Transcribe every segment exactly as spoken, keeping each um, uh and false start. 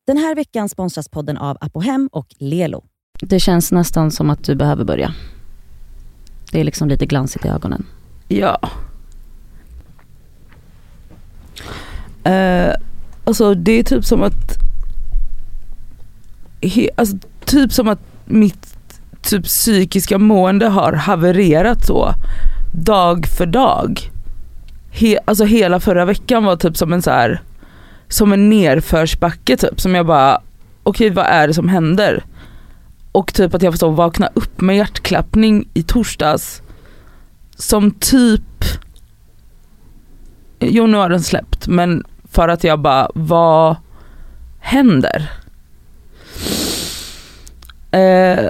Den här veckan sponsras podden av Apohem och Lelo. Det känns nästan som att du behöver börja. Det är liksom lite glansigt i ögonen. Ja. Uh, alltså det är typ som att he, alltså, typ som att mitt typ psykiska mående har havererat så dag för dag. He, alltså hela förra veckan var typ som en så här som en nerförsbacke typ, som jag bara okej, vad är det som händer? Och typ att jag får så vakna upp med hjärtklappning i torsdags som typ, jo nu har den släppt, men för att jag bara, vad händer? Uh,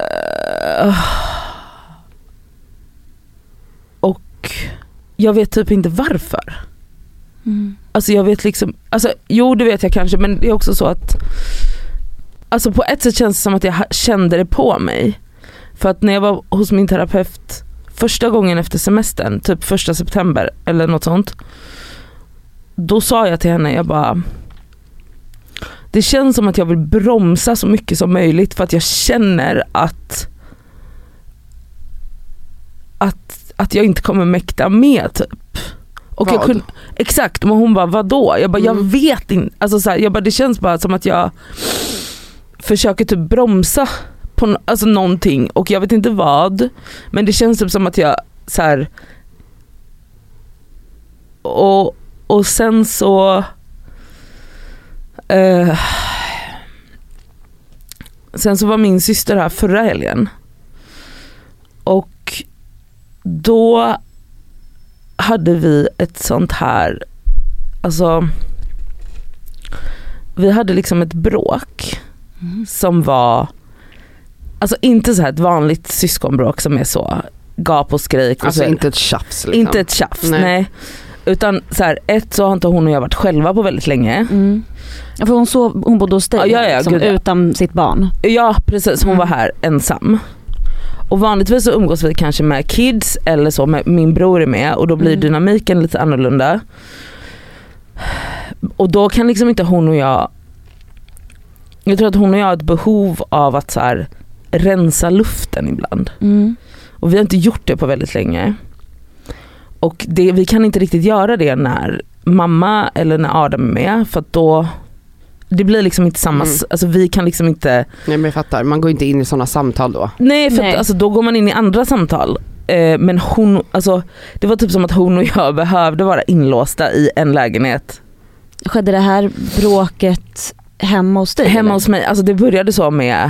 och jag vet typ inte varför. Mm. Alltså jag vet liksom, alltså jo det vet jag kanske, men det är också så att alltså på ett sätt känns det som att jag kände det på mig. För att när jag var hos min terapeut första gången efter semestern, typ första september eller något sånt, då sa jag till henne, jag bara, det känns som att jag vill bromsa så mycket som möjligt för att jag känner att att, att jag inte kommer mäkta med typ. Och jag kunde, exakt, men hon bara, vadå? Jag bara, mm. jag vet inte, alltså så här, jag bara, det känns bara som att jag försöker typ bromsa på alltså någonting och jag vet inte vad, men det känns typ som att jag så här, och och sen så uh, sen så var min syster här förra helgen och då hade vi ett sånt här, alltså vi hade liksom ett bråk mm. som var alltså inte så här ett vanligt syskonbråk som är så gap och skrik och alltså så, inte ett tjafs liksom. Inte ett tjafs, nej. nej. Utan så här, ett så har inte hon och jag varit själva på väldigt länge. Mm. Ja, för hon, sov, hon bodde hos dig ja, ja, liksom, utan sitt barn. Ja, precis. Hon mm. var här ensam. Och vanligtvis så umgås vi kanske med kids eller så, med min bror är med och då blir mm. dynamiken lite annorlunda. Och då kan liksom inte hon och jag, jag tror att hon och jag har ett behov av att så här rensa luften ibland. Mm. Och vi har inte gjort det på väldigt länge. Och det, vi kan inte riktigt göra det när mamma eller när Adam är med, för att då det blir liksom inte samma, mm. alltså vi kan liksom inte. Nej men jag fattar, man går inte in i sådana samtal då. Nej, för Nej. Att, alltså, då går man in i andra samtal. Eh, men hon, alltså det var typ som att hon och jag behövde vara inlåsta i en lägenhet. Skedde det här bråket hemma hos dig? Hemma eller? hos mig, alltså det började så med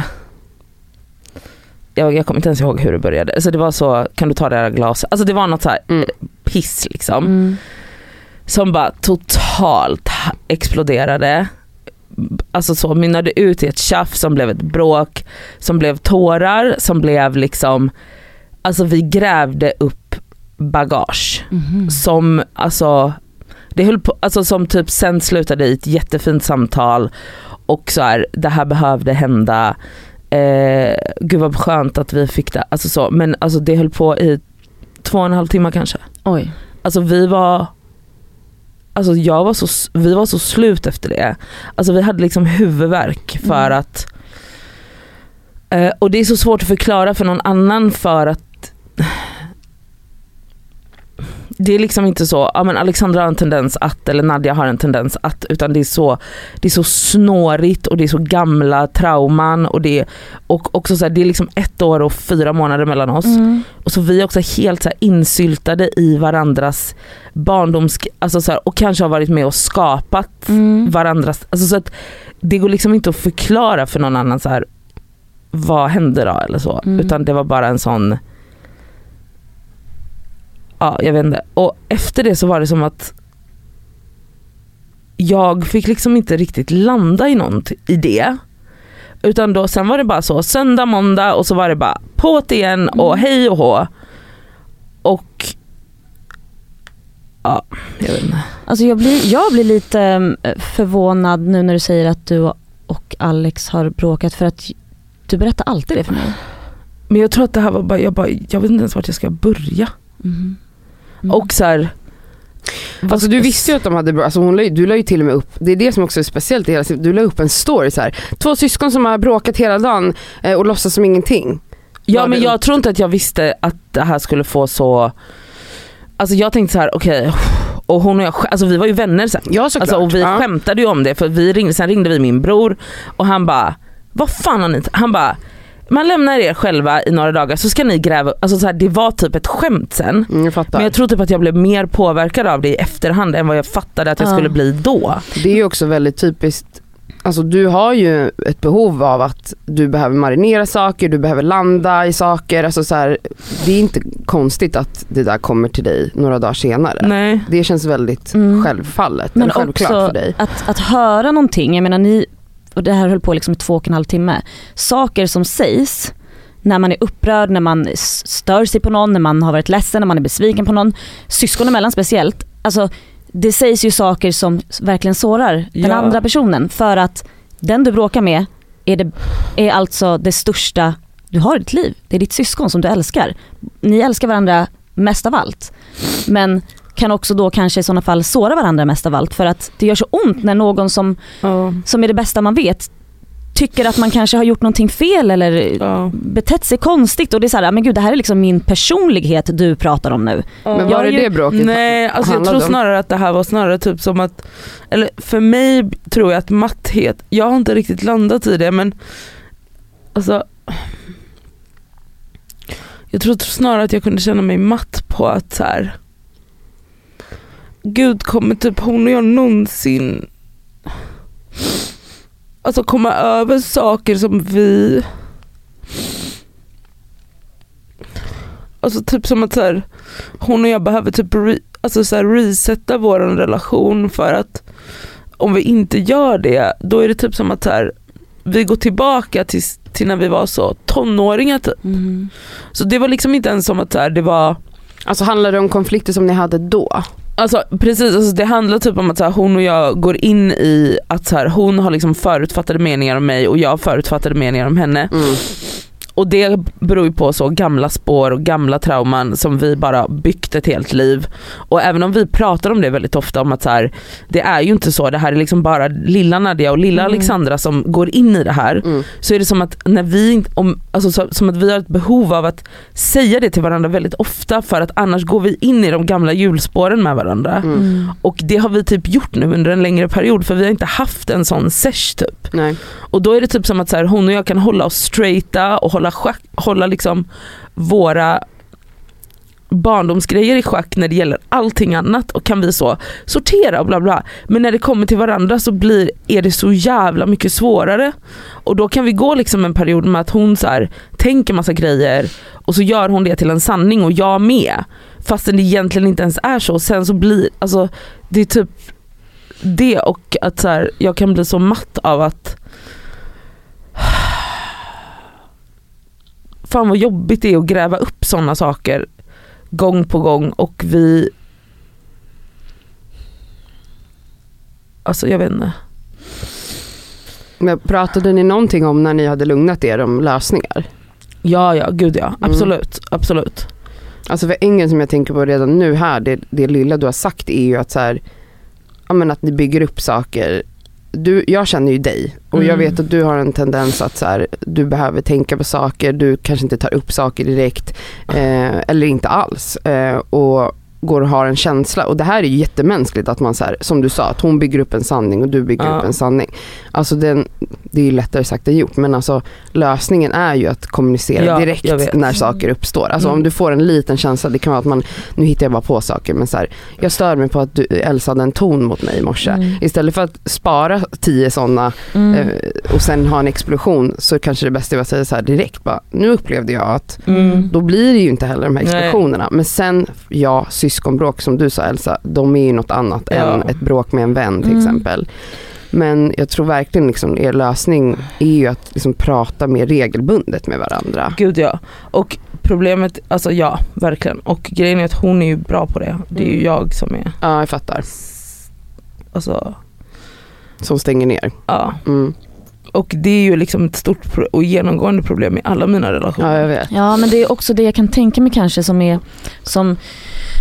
jag, jag kommer inte ens ihåg hur det började. Alltså det var så, kan du ta det här glaset? Alltså det var något så här mm. piss liksom. Mm. Som bara totalt exploderade. Alltså så mynnade ut i ett tjaff som blev ett bråk, som blev tårar, som blev liksom, alltså vi grävde upp bagage mm. som alltså det höll på, alltså som typ sen slutade i ett jättefint samtal och så här, det här behövde hända. Eh, gud vad skönt att vi fick det, alltså så, men alltså det höll på i två och en halv timme kanske. Oj. Alltså vi var Alltså jag var så, vi var så slut efter det. Alltså vi hade liksom huvudvärk för mm. att eh, och det är så svårt att förklara för någon annan för att det är liksom inte så, ja men Alexandra har en tendens att, eller Nadja har en tendens att, utan det är så, det är så snårigt och det är så gamla trauman och det och också så här, det är liksom ett år och fyra månader mellan oss mm. och så vi är också helt så här insyltade i varandras barndoms, alltså så här, och kanske har varit med och skapat mm. varandras, alltså så att det går liksom inte att förklara för någon annan så här vad hände då eller så, mm. utan det var bara en sån. Ja, jag vet inte. Och efter det så var det som att jag fick liksom inte riktigt landa i någon i det. Utan då, sen var det bara så söndag, måndag och så var det bara påt igen och hej och hå. Och ja, jag vet inte. Alltså jag blir, jag blir lite förvånad nu när du säger att du och Alex har bråkat, för att du berättar alltid det för mig. Men jag tror att det här var bara, jag bara, jag vet inte ens vart jag ska börja. Mm. Mm. Och så här, Alltså du visste ju att de hade bra, alltså hon la, du la ju till och med upp, det är det som också är speciellt i hela, du la upp en story så här. Två syskon som har bråkat hela dagen eh, och låtsas som ingenting. Ja, Var men det... jag tror inte att jag visste att det här skulle få så, alltså jag tänkte så här, okej, okay. Och hon och jag, alltså vi var ju vänner sen. Ja, såklart. Alltså, och vi ja. skämtade ju om det, för vi ringde, sen ringde vi min bror och han bara, vad fan har ni, han bara, man lämnar er själva i några dagar så ska ni gräva, alltså så här, det var typ ett skämt sen. Mm, jag fattar. Men jag tror typ att jag blev mer påverkad av det i efterhand än vad jag fattade att jag Ja. skulle bli då. Det är ju också väldigt typiskt, alltså du har ju ett behov av att du behöver marinera saker, du behöver landa i saker, alltså så här, det är inte konstigt att det där kommer till dig några dagar senare. Nej. Det känns väldigt Mm. självfallet, Men eller självklart också för dig. Att, att höra någonting, jag menar ni, och det här höll på liksom i två och en halv timme, saker som sägs när man är upprörd, när man stör sig på någon, när man har varit ledsen, när man är besviken på någon, syskon emellan speciellt, alltså det sägs ju saker som verkligen sårar den Ja. andra personen, för att den du bråkar med är, det, är alltså det största du har i ditt liv. Det är ditt syskon som du älskar. Ni älskar varandra mest av allt. Men kan också då kanske i sådana fall såra varandra mest av allt, för att det gör så ont när någon som, Ja. som är det bästa man vet tycker att man kanske har gjort någonting fel eller Ja. betett sig konstigt, och det är så här, men gud, det här är liksom min personlighet du pratar om nu. Men Jag var det är ju- det bråket? Nej, alltså jag handlade tror om? snarare att det här var snarare typ som att, eller för mig tror jag att matthet, jag har inte riktigt landat i det, men alltså jag tror snarare att jag kunde känna mig matt på att så här, gud, kommer typ hon och jag någonsin alltså komma över saker som vi, alltså typ som att så här, hon och jag behöver typ re, alltså så här resetta vår relation, för att om vi inte gör det, då är det typ som att så här, vi går tillbaka till, till när vi var så tonåringar typ. Mm. Så det var liksom inte ens som att så här, det var, Alltså handlar det om konflikter som ni hade då? alltså precis, alltså det handlar typ om att så här, hon och jag går in i att så här, hon har liksom förutfattade meningar om mig och jag har förutfattade meningar om henne. Mm. Och det beror ju på så gamla spår och gamla trauman som vi bara byggt ett helt liv. Och även om vi pratar om det väldigt ofta, om att så här, det är ju inte så, det här är liksom bara lilla Nadia och lilla Mm. Alexandra som går in i det här. Mm. Så är det som att när vi om, alltså så, som att vi har ett behov av att säga det till varandra väldigt ofta, för att annars går vi in i de gamla hjulspåren med varandra. Mm. Mm. Och det har vi typ gjort nu under en längre period, för vi har inte haft en sån sesh typ. Nej. Och då är det typ som att så här, hon och jag kan hålla oss straighta och hålla, schack, hålla liksom våra barndomsgrejer i schack när det gäller allting annat, och kan vi så sortera och bla bla. Men när det kommer till varandra så blir, är det så jävla mycket svårare. Och då kan vi gå liksom en period med att hon så här, tänker massa grejer och så gör hon det till en sanning och jag med. Fastän det egentligen inte ens är så. Sen så blir, alltså det är typ det, och att så här, jag kan bli så matt av att fan vad jobbigt det är att gräva upp sådana saker gång på gång, och vi, alltså jag vet inte. Men pratade ni någonting om när ni hade lugnat er om lösningar? Ja, ja, gud ja, absolut, mm. absolut. Alltså för en grej som jag tänker på redan nu här, det, det lilla du har sagt är ju att så här, ja men att ni bygger upp saker. Du, jag känner ju dig och Mm. jag vet att du har en tendens att så här, du behöver tänka på saker, du kanske inte tar upp saker direkt eh, eller inte alls eh, och går och har en känsla, och det här är ju jättemänskligt att man så här, som du sa, att hon bygger upp en sanning och du bygger Ja. upp en sanning. Alltså den, det är ju lättare sagt än gjort, men alltså lösningen är ju att kommunicera Ja, direkt jag vet. när saker uppstår. Alltså Mm. om du får en liten känsla, det kan vara att man, nu hittar jag bara på saker, men så här, jag stör mig på att du, Elsa hade en ton mot mig i morse. Mm. Istället för att spara tio sådana Mm. eh, och sen ha en explosion, så kanske det bästa är att säga så här direkt, bara, nu upplevde jag att Mm. då blir det ju inte heller de här Nej. explosionerna. Men sen, ja, syskonbråk som du sa Elsa, de är ju något annat Ja. än ett bråk med en vän till Mm. exempel. Men jag tror verkligen liksom, er lösning är ju att liksom prata mer regelbundet med varandra. Gud ja. Och problemet, alltså ja, verkligen. Och grejen är att hon är ju bra på det. Det är ju Mm. jag som är, Ja, jag fattar. alltså, Som stänger ner. ja. Mm. Och det är ju liksom ett stort pro- och genomgående problem i alla mina relationer. Ja, jag vet. Ja, men det är också det jag kan tänka mig kanske som är som,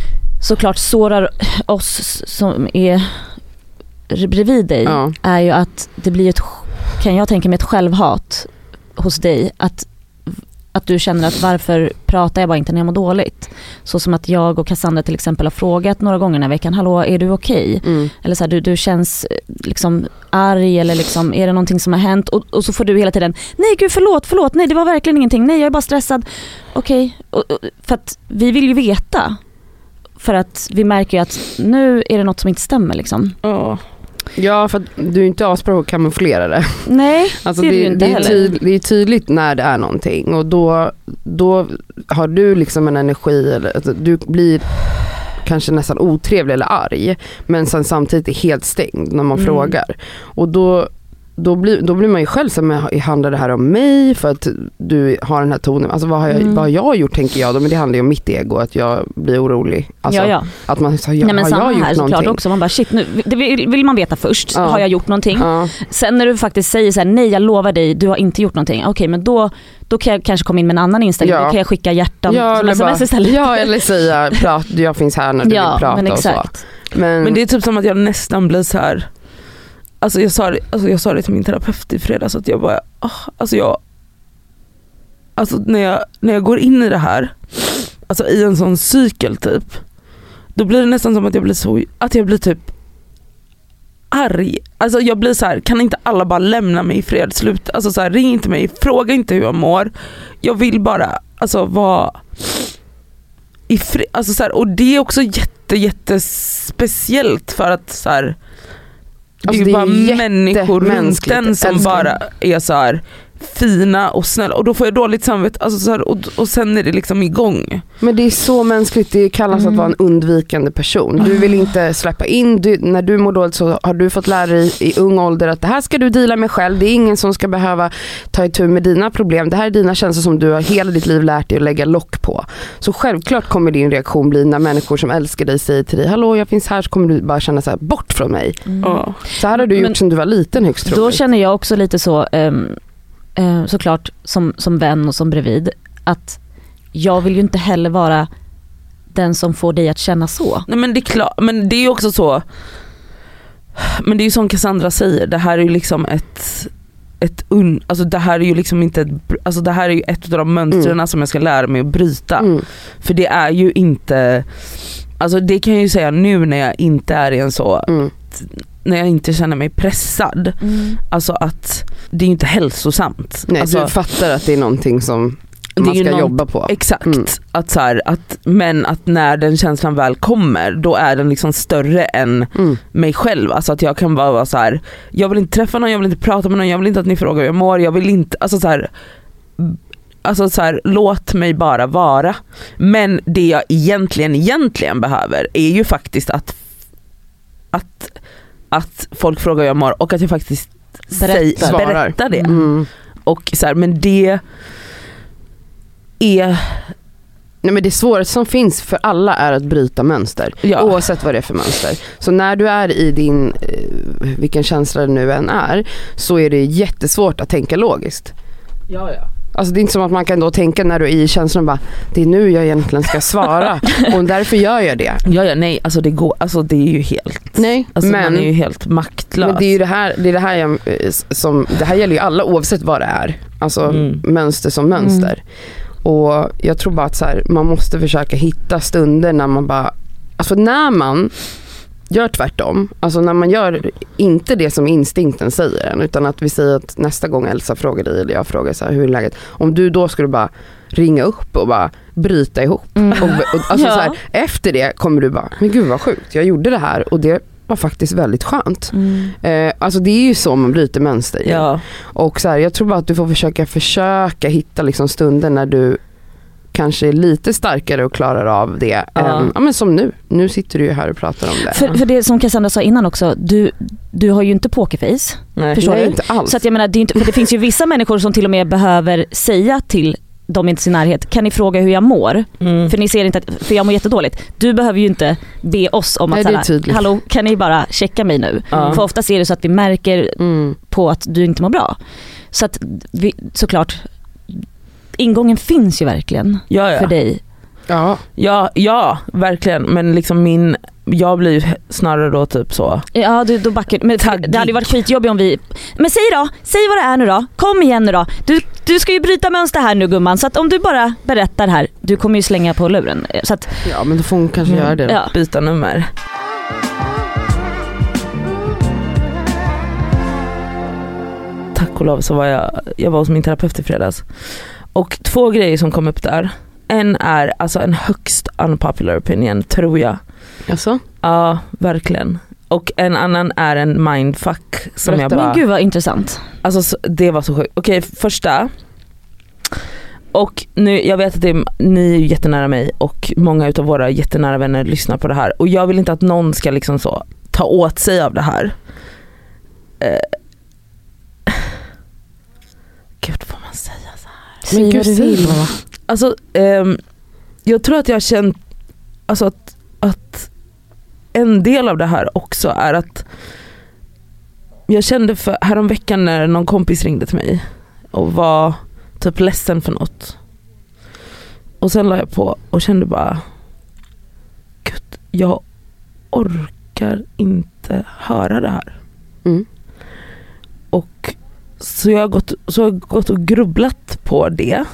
såklart sårar oss som är bredvid dig Ja. är ju att det blir ett, kan jag tänka mig, ett självhat hos dig, att att du känner att varför pratar jag bara inte när jag mår dåligt? Så som att jag och Cassandra till exempel har frågat några gånger den här veckan, hallå, är du okej? Okay? Mm. Eller så här, du, du känns liksom arg, eller liksom, är det någonting som har hänt? Och, och så får du hela tiden, nej gud förlåt, förlåt, nej det var verkligen ingenting, nej jag är bara stressad. Okej, okay. För att vi vill ju veta. För att vi märker ju att nu är det något som inte stämmer liksom. Ja. Ja, för att du är inte asbra på att kamouflera det. Nej, Alltså det är det, det ju inte det, är heller. tyd, det är tydligt när det är någonting, och då, då har du liksom en energi, eller, alltså, du blir kanske nästan otrevlig eller arg, men sen samtidigt är helt stängd när man Mm. frågar. Och då, då, blir, då blir man ju själv som, handlar det här om mig för att du har den här tonen, alltså vad har jag, Mm. vad har jag gjort tänker jag då, men det handlar ju om mitt ego, att jag blir orolig. Alltså, ja, ja. att man sa, ja, Nej, men har samma jag gjort här någonting? såklart också. Man bara shit, nu, det vill, vill man veta först. Ja. Har jag gjort någonting? Ja. Sen när du faktiskt säger så här, nej jag lovar dig, du har inte gjort någonting. Okej, men då, då kan jag kanske komma in med en annan inställning. Ja. Då kan jag skicka hjärtan Ja, som eller, sms bara, istället. ja, eller säga prat, jag finns här när du Ja, vill prata men och så. exakt. Men, Men det är typ som att jag nästan blir så här. Alltså jag sa det, alltså jag sa det till min terapeut i fredags, att jag bara, oh, alltså jag alltså när jag, när jag går in i det här, alltså i en sån cykel typ, då blir det nästan som att jag blir så, att jag blir typ arg. Alltså jag blir så här, kan inte alla bara lämna mig i fred, slut, alltså så här, ring inte mig, fråga inte hur jag mår. Jag vill bara alltså vara i fred, alltså så här, och det är också jätte jättespeciellt för att så här, det Alltså, är det ju är bara människor runt jättemänskligt. den som Älskar. bara är så här fina och snälla, och då får jag dåligt samvete, alltså så här, och, och sen är det liksom igång. men det är så mänskligt, det kallas Mm. att vara en undvikande person. Du vill inte släppa in, du, när du mår dåligt så har du fått lära dig i ung ålder att det här ska du dela med själv, det är ingen som ska behöva ta itu med dina problem, det här är dina känslor som du har hela ditt liv lärt dig att lägga lock på. Så självklart kommer din reaktion bli när människor som älskar dig säger till dig, hallå jag finns här, så kommer du bara känna så här, bort från mig. Mm. Ja. Så här har du gjort Men sedan du var liten högst Då troligt. känner jag också lite så, um, uh, såklart som, som vän och som bredvid, att jag vill ju inte heller vara den som får dig att känna så. Nej men det är klart, men det är ju också så, men det är ju som Cassandra säger, det här är ju liksom ett ett un, alltså det här är ju liksom inte ett, alltså det här är ju ett av de mönstren Mm. som jag ska lära mig att bryta. Mm. För det är ju inte, alltså det kan jag ju säga nu när jag inte är i en så, Mm. när jag inte känner mig pressad, Mm. alltså att det är ju inte hälsosamt. Nej, alltså, du fattar att det är någonting som det är man ju ska någon- jobba på. Exakt, Mm. att så här, att, men att när den känslan väl kommer, då är den liksom större än Mm. mig själv. Alltså att jag kan bara vara så här, jag vill inte träffa någon, jag vill inte prata med någon, jag vill inte att ni frågar hur jag mår, jag vill inte, alltså så här, alltså så här, låt mig bara vara. Men det jag egentligen egentligen behöver är ju faktiskt att att, att folk frågar hur jag mår och att jag faktiskt säger, Berättar. berättar det. Mm. Och så här, men det är Nej, men det svåraste som finns för alla är att bryta mönster. ja. Oavsett vad det är för mönster. Så när du är i din, eh, vilken känsla det nu än är, så är det jättesvårt att tänka logiskt. Ja, ja. Alltså det är inte som att man kan då tänka när du är i känslan bara, det är nu jag egentligen ska svara och därför gör jag det. Ja, ja, nej, alltså det går, alltså det är ju helt, Nej, alltså men, man är ju helt maktlös. men det är ju det här, det är det här jag, eh, som, det här gäller ju alla oavsett vad det är. Alltså Mm. mönster som mönster. Och jag tror bara att så här, man måste försöka hitta stunder när man bara, alltså när man gör tvärtom, alltså när man gör inte det som instinkten säger en, utan att vi säger att nästa gång Elsa frågar dig eller jag frågar så här, hur är läget, om du då skulle bara ringa upp och bara bryta ihop Mm. och, och, alltså Ja. så här, efter det kommer du bara, men gud vad sjukt, jag gjorde det här och det var faktiskt väldigt skönt. Mm. Eh, alltså det är ju så man bryter mönster ju. Ja. Och så här, jag tror bara att du får försöka försöka hitta liksom stunder när du kanske är lite starkare och klarar av det. Ja. Än, ja, men som nu. Nu sitter du ju här och pratar om det. För, för det som Cassandra sa innan också, du, du har ju inte pokerface. Nej. Förstår Nej, du? inte alls. Så att jag menar, det, är inte, för det finns ju vissa människor som till och med behöver säga till de i sin närhet, kan ni fråga hur jag mår? Mm. För ni ser inte att, för jag mår jättedåligt. Du behöver ju inte be oss om att Nej, det är säga, tydligt. hallå kan ni bara checka mig nu? Ja. För ofta är det så att vi märker Mm. på att du inte mår bra. Så att vi, såklart, ingången finns ju verkligen Ja, ja. för dig. Ja. Ja, ja, verkligen. Men liksom min, jag blir ju snarare då typ så. Ja, du, då backar men Taggig. det hade ju varit skitjobbigt om vi... Men säg då, säg vad det är nu då. Kom igen nu då. Du, du ska ju bryta mönster här nu gumman. Så att om du bara berättar här, du kommer ju slänga på luren. Så att, Ja, men då får hon kanske Mm. göra det då. ja. Byta nummer. Tack och lov så var jag, jag var hos min terapeut i fredags. Och två grejer som kom upp där. En är alltså en högst unpopular opinion, tror jag. Alltså? Ja, verkligen. Och en annan är en mindfuck som Berätta. jag bara... Men gud vad intressant. Alltså så- det var så sjukt. Okej, första. Och nu, jag vet att det är, ni är ju jättenära mig och många utav våra jättenära vänner lyssnar på det här. Och jag vill inte att någon ska liksom så ta åt sig av det här. Eh. Gud, får man säga så här? Säg gud, vad du säg vill. vad. Alltså, ehm, jag tror att jag har känt alltså att, att en del av det här också är att jag kände för häromveckan när någon kompis ringde till mig och var typ ledsen för något. Och sen la jag på och kände bara gud, jag orkar inte höra det här. Mm. Och så jag har gått, så jag har gått och grubblat på det.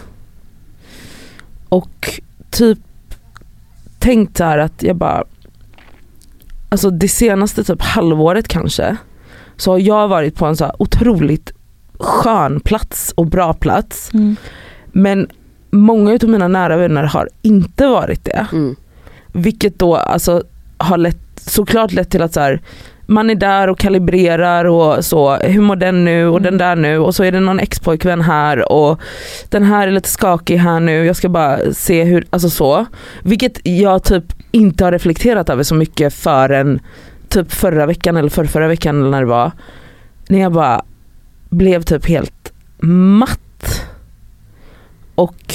Och typ tänkt så här att jag bara alltså det senaste typ halvåret kanske så har jag varit på en så här otroligt skön plats och bra plats. Mm. Men många utav mina nära vänner har inte varit det. Mm. Vilket då alltså har lett, såklart lett till att så här, man är där och kalibrerar och så, hur mår den nu och Mm. den där nu och så är det någon ex-pojkvän här och den här är lite skakig här nu, jag ska bara se hur, alltså så. Vilket jag typ inte har reflekterat över så mycket förrän typ förra veckan eller för förra veckan eller när det var. När jag bara blev typ helt matt och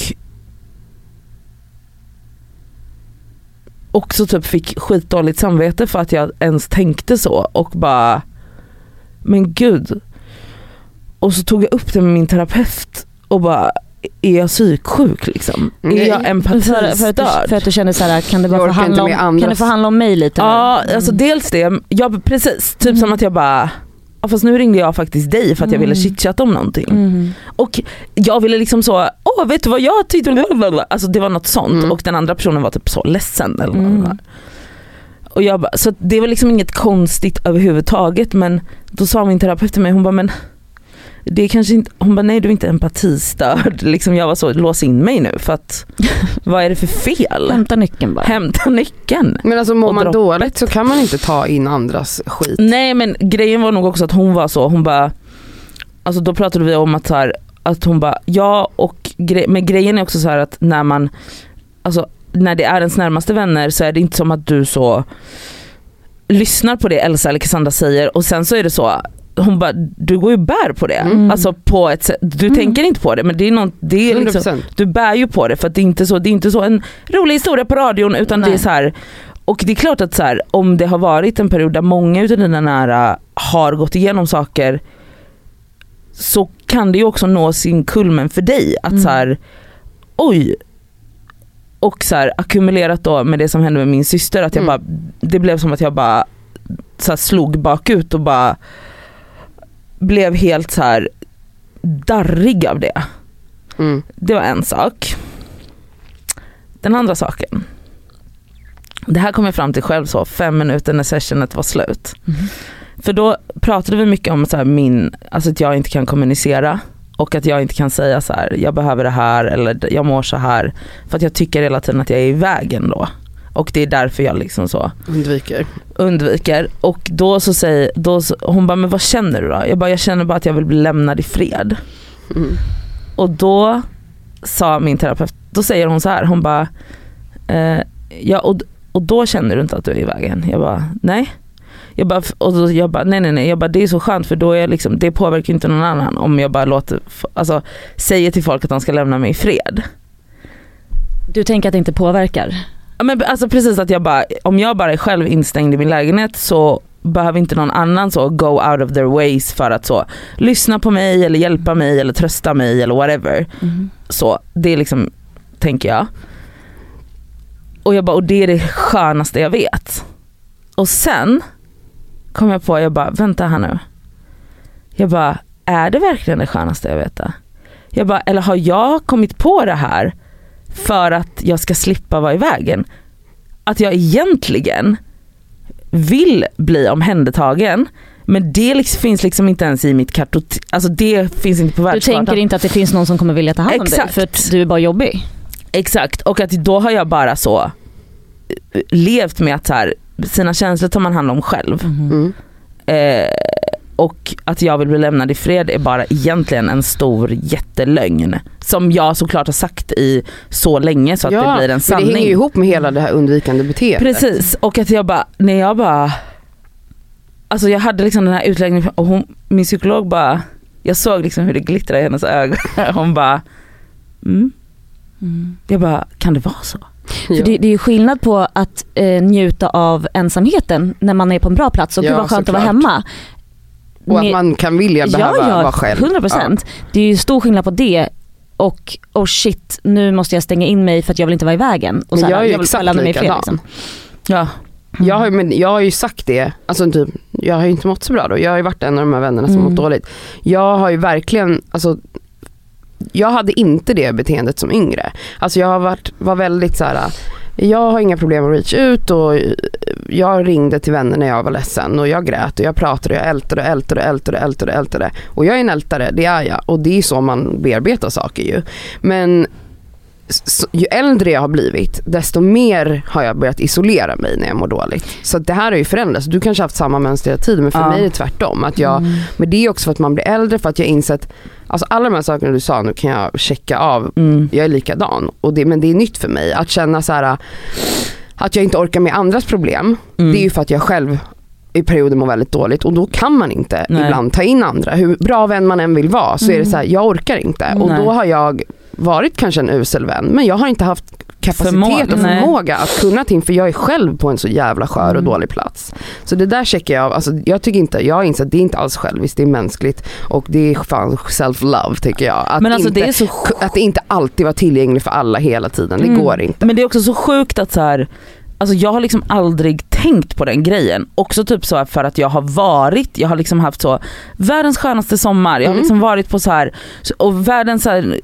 också typ fick skitdåligt samvete för att jag ens tänkte så och bara men gud. Och så tog jag upp det med min terapeut och bara är jag psyksjuk liksom? Nej. Är jag För, för, empatistörd? att du, för att du känner så här, kan det Jag bara få orkar inte handla om, med andras- kan det få handla om mig lite? Ja, nu? alltså dels det. Ja, precis. Typ Mm. som att jag bara ja, fast nu ringde jag faktiskt dig för att jag ville Mm. chitchatta om någonting. Mm. Och jag ville liksom så, åh vet du vad jag tyckte? Alltså det var något sånt. Mm. Och den andra personen var typ så ledsen. Eller Mm. vad det var. Och jag bara, så det var liksom inget konstigt överhuvudtaget. Men då sa min terapeut till mig, hon bara men det är kanske inte, hon bara nej du är inte empatistörd. Liksom jag var så, lås in mig nu för att vad är det för fel? Hämta nyckeln bara. Hämta nyckeln. Men alltså mår Och man droppet. dåligt så kan man inte ta in andras skit. Nej men grejen var nog också att hon var så, hon bara alltså då pratade vi om att så här, att hon bara ja och gre- men grejen är också så här att när man alltså när det är ens närmaste vänner så är det inte som att du så lyssnar på det Elsa eller Cassandra säger och sen så är det så hon bara du går ju bär på det Mm. alltså på ett sätt, du Mm. tänker inte på det men det är något, det är hundra liksom procent. du bär ju på det för att det är inte så, det är inte så en rolig historia på radion utan Nej. det är så här. Och det är klart att så här, om det har varit en period där många utav dina nära har gått igenom saker så kan det ju också nå sin kulmen för dig att Mm. så här, oj och så här, ackumulerat då med det som hände med min syster att jag Mm. bara, det blev som att jag bara så här, slog bakut och bara blev helt så här darrig av det. Mm. Det var en sak. Den andra saken. Det här kom jag fram till själv så fem minuter när sessionet var slut. Mm. För då pratade vi mycket om så här min, alltså att jag inte kan kommunicera och att jag inte kan säga så här, jag behöver det här eller jag mår så här för att jag tycker hela tiden att jag är i vägen då. Och det är därför jag liksom så Undviker. undviker. Och då så säger då så, hon bara men vad känner du då? Jag bara jag känner bara att jag vill bli lämnad i fred. Mm. Och då sa min terapeut, då säger hon så här, hon bara eh, ja och, och då känner du inte att du är i vägen. Jag bara nej. Jag bara, och då, jag bara nej nej nej, jag bara det är så skönt för då är jag liksom, det påverkar inte någon annan om jag bara låter, alltså säger till folk att de ska lämna mig i fred. Du tänker att det inte påverkar? Ja, men alltså precis att jag bara, om jag bara är själv instängd i min lägenhet så behöver inte någon annan så go out of their ways för att så lyssna på mig eller hjälpa mig eller trösta mig eller whatever. Mm. Så det är liksom, tänker jag. och jag bara, och det är det skönaste jag vet. Och sen kom jag på, jag bara, vänta här nu. Jag bara, är det verkligen det skönaste jag vet? Jag bara, eller har jag kommit på det här för att jag ska slippa vara i vägen? Att jag egentligen vill bli omhändertagen, men det liksom, finns liksom inte ens i mitt kartot, alltså det finns inte på världskartan. Du tänker inte att det finns någon som kommer vilja ta hand om Exakt. dig för att du är bara jobbig? Exakt, och att då har jag bara så levt med att så här, sina känslor tar man hand om själv. Mm. Eh, och att jag vill bli lämnad i fred är bara egentligen en stor jättelögn som jag såklart har sagt i så länge så att ja, det blir en sanning. Men det hänger ju ihop med hela det här undvikande beteendet. Precis, och att jag bara, när jag bara alltså jag hade liksom den här utläggningen och hon, min psykolog bara, jag såg liksom hur det glittrade i hennes ögon. Hon bara mm. Mm. Jag bara, kan det vara så? För det, det är ju skillnad på att eh, njuta av ensamheten när man är på en bra plats och Ja, gud vad skönt såklart. att vara hemma. Och att man kan vilja behöva ja, ja, vara själv. hundra procent. Ja. Det är ju stor skillnad på det och oh shit, nu måste jag stänga in mig för att jag vill inte vara i vägen. Och men så här, jag är ju jag vill exakt lämna mig i fred, likadan. liksom. Ja. Mm. Jag har, men jag har ju sagt det, alltså typ, jag har ju inte mått så bra då. Jag har ju varit en av de här vännerna som Mm. mått dåligt. Jag har ju verkligen, alltså jag hade inte det beteendet som yngre. Alltså jag har varit, var väldigt så här. Jag har inga problem att reach ut och jag ringde till vänner när jag var ledsen och jag grät och jag pratade och jag ältade och ältade och ältade och ältade, ältade. Och jag är en ältare, det är jag. Och det är så man bearbetar saker ju. Men så, ju äldre jag har blivit, desto mer har jag börjat isolera mig när jag mår dåligt. Så det här har ju förändrats. Du kanske har haft samma mönster hela tiden, men för ja. mig är det tvärtom. Att jag, Mm. men det är också för att man blir äldre, för att jag insett, alltså alla de här sakerna du sa, nu kan jag checka av. Mm. Jag är likadan. Och det, men det är nytt för mig. Att känna så här, att jag inte orkar med andras problem, Mm. det är ju för att jag själv i perioder mår väldigt dåligt. Och då kan man inte Nej. ibland ta in andra. Hur bra vän man än vill vara, så är det så här, jag orkar inte. Och Nej. då har jag varit kanske en usel vän, men jag har inte haft kapacitet Förmåga, och nej. förmåga att kunna till, för jag är själv på en så jävla skör och Mm. dålig plats. Så det där checkar jag av. Alltså, jag tycker inte, jag inser att det är inte alls själviskt, det är mänskligt och det är fan self-love tycker jag. Att, Men alltså inte, det är så att det inte alltid var tillgängligt för alla hela tiden, det Mm. går inte. Men det är också så sjukt att så här, alltså jag har liksom aldrig tänkt på den grejen. Också typ så här för att jag har varit, jag har liksom haft så världens skönaste sommar. Jag har Mm. liksom varit på så här, och världens så här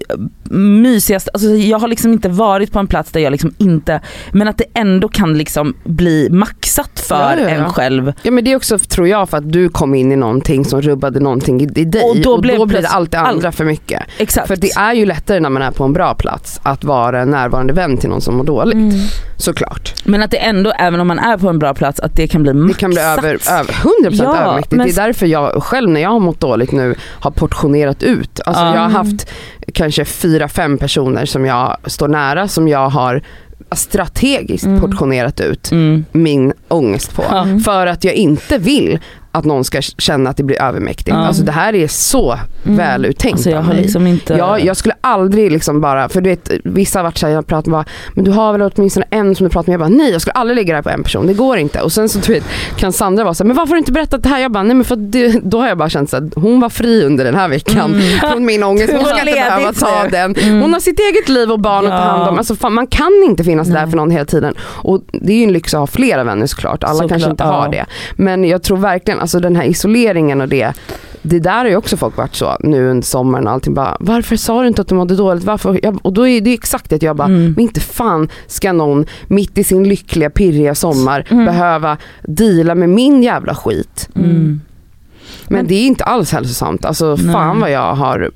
mysigaste, alltså jag har liksom inte varit på en plats där jag liksom inte, men att det ändå kan liksom bli maxat för Ja, ja, ja. en själv. Ja, men det är också, tror jag, för att du kom in i någonting som rubbade någonting i, i dig. Och då och blev då blir det plöts- allt det andra för mycket. Exakt. För det är ju lättare när man är på en bra plats att vara en närvarande vän till någon som mår dåligt. Mm. Såklart. Men att det ändå, även om man är på en bra plats, att det kan bli maxat. Det kan bli över, över hundra procent Ja, övermäktigt. men- Det är därför jag själv, när jag har mått dåligt nu, har portionerat ut. Alltså Ja. jag har haft kanske fyra, fem personer som jag står nära, som jag har strategiskt Mm. portionerat ut Mm. min ångest på. Ja. För att jag inte vill att någon ska känna att det blir övermäktigt. Ja. Alltså det här är så Mm. väl uttänkt Alltså jag av har mig. liksom inte... Jag, jag skulle aldrig liksom bara, för du vet, vissa har varit såhär, jag pratar bara, men du har väl åtminstone en som du pratar med. Jag bara, nej, jag skulle aldrig lägga det här på en person, det går inte. Och sen så du vet, kan Sandra vara så här, men varför har du inte berättat det här? Jag bara, nej men för att det, då har jag bara känt så att hon var fri under den här veckan Mm. från min ångest. Du Hon var ska inte ledig behöva ta nu. den. Mm. Hon har sitt eget liv och barn att ta Ja. hand om. Alltså fan, man kan inte finnas där Nej. för någon hela tiden. Och det är ju en lyx att ha flera vänner såklart. Alla Såklart, kanske inte ja. har det. Men jag tror verkligen, alltså den här isoleringen och det, det där har ju också folk varit så nu under sommaren och allting bara, varför sa du inte att du mådde dåligt? Varför? Jag, och då är det exakt att jag bara, Mm. men inte fan ska någon mitt i sin lyckliga, pirriga sommar Mm. behöva deala med min jävla skit. Mm. Men, Men- det är inte alls hälsosamt. Alltså fan Nej. vad jag har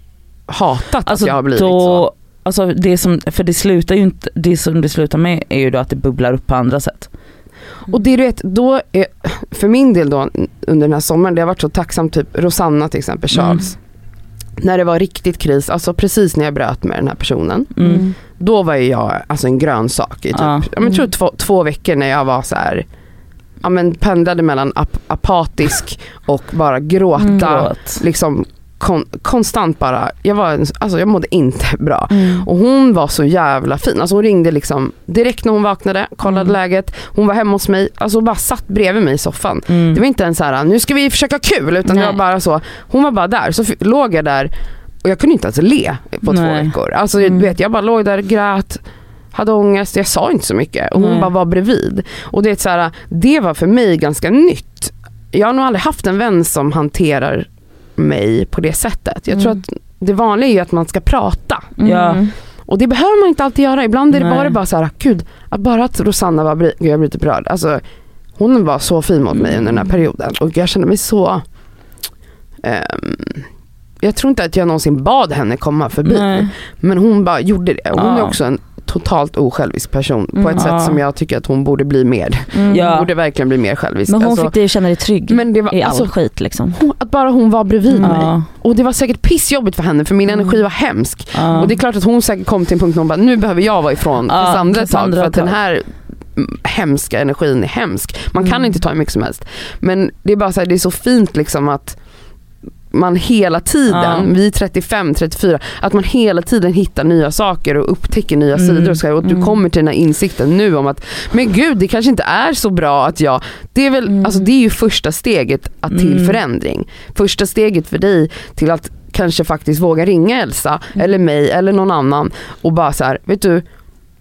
hatat Alltså att jag har blivit då, så. alltså det som, för det slutar ju inte, det som det slutar med är ju då att det bubblar upp på andra sätt. Och det du vet, då är, för min del då under den här sommaren, det har varit så tacksamt, typ Rosanna till exempel, Charles. När det var riktigt kris, alltså precis när jag bröt med den här personen, Mm. då var ju jag alltså en grönsak i typ, Ja. jag men, tror två, två veckor när jag var så här, ja men pendlade mellan ap- apatisk och bara gråta, Mm. Förlåt. liksom kon- konstant bara, jag var, en- alltså jag mådde inte bra. Mm. Och hon var så jävla fin. Alltså hon ringde liksom direkt när hon vaknade, kollade Mm. läget. Hon var hemma hos mig, alltså bara satt bredvid mig i soffan. Mm. Det var inte en så här, nu ska vi försöka ha kul, utan Nej. det var bara så, hon var bara där. Så f- låg jag där och jag kunde inte ens le på två Nej. veckor. Alltså Mm. du vet, jag bara låg där, grät, hade ångest, jag sa inte så mycket och hon Nej. bara var bredvid. Och det är så här, det var för mig ganska nytt. Jag har nog aldrig haft en vän som hanterar mig på det sättet. Jag tror Mm. att det vanliga är ju att man ska prata. Mm. Ja. Och det behöver man inte alltid göra. Ibland är det Nej. bara, bara så här, gud, att bara att Rosanna var bry- gud, jag blir typ rörd. Alltså, hon var så fin mot mig under den här perioden. Och jag kände mig så... ehm, jag tror inte att jag någonsin bad henne komma förbi. Nej. Men hon bara gjorde det. Och hon Ja. är också en totalt osjälvisk person. På Mm. ett sätt Ja. som jag tycker att hon borde bli mer. Mm. Ja. Hon borde verkligen bli mer självisk. Men hon Alltså, fick dig att känna dig trygg men det var, i all alltså, skit liksom. hon, att bara hon var bredvid Mm. mig. Ja. Och det var säkert pissjobbigt för henne, för min Mm. energi var hemsk. Ja. Och det är klart att hon säkert kom till en punkt när hon bara, nu behöver jag vara ifrån Ja, Cassandra ett tag, Cassandra för ett att den tag. här mm, hemska energin är hemsk. Man kan Mm. inte ta hur mycket som helst. Men det är bara så här, det är så fint liksom att man hela tiden, Ja. vi trettiofem trettiofyra, att man hela tiden hittar nya saker och upptäcker nya Mm. sidor och, så här, och att du Mm. kommer till den här insikten nu om att, men gud, det kanske inte är så bra att jag, det är väl, Mm. alltså det är ju första steget att, till Mm. förändring. Första steget för dig till att kanske faktiskt våga ringa Elsa Mm. eller mig eller någon annan och bara så här, vet du,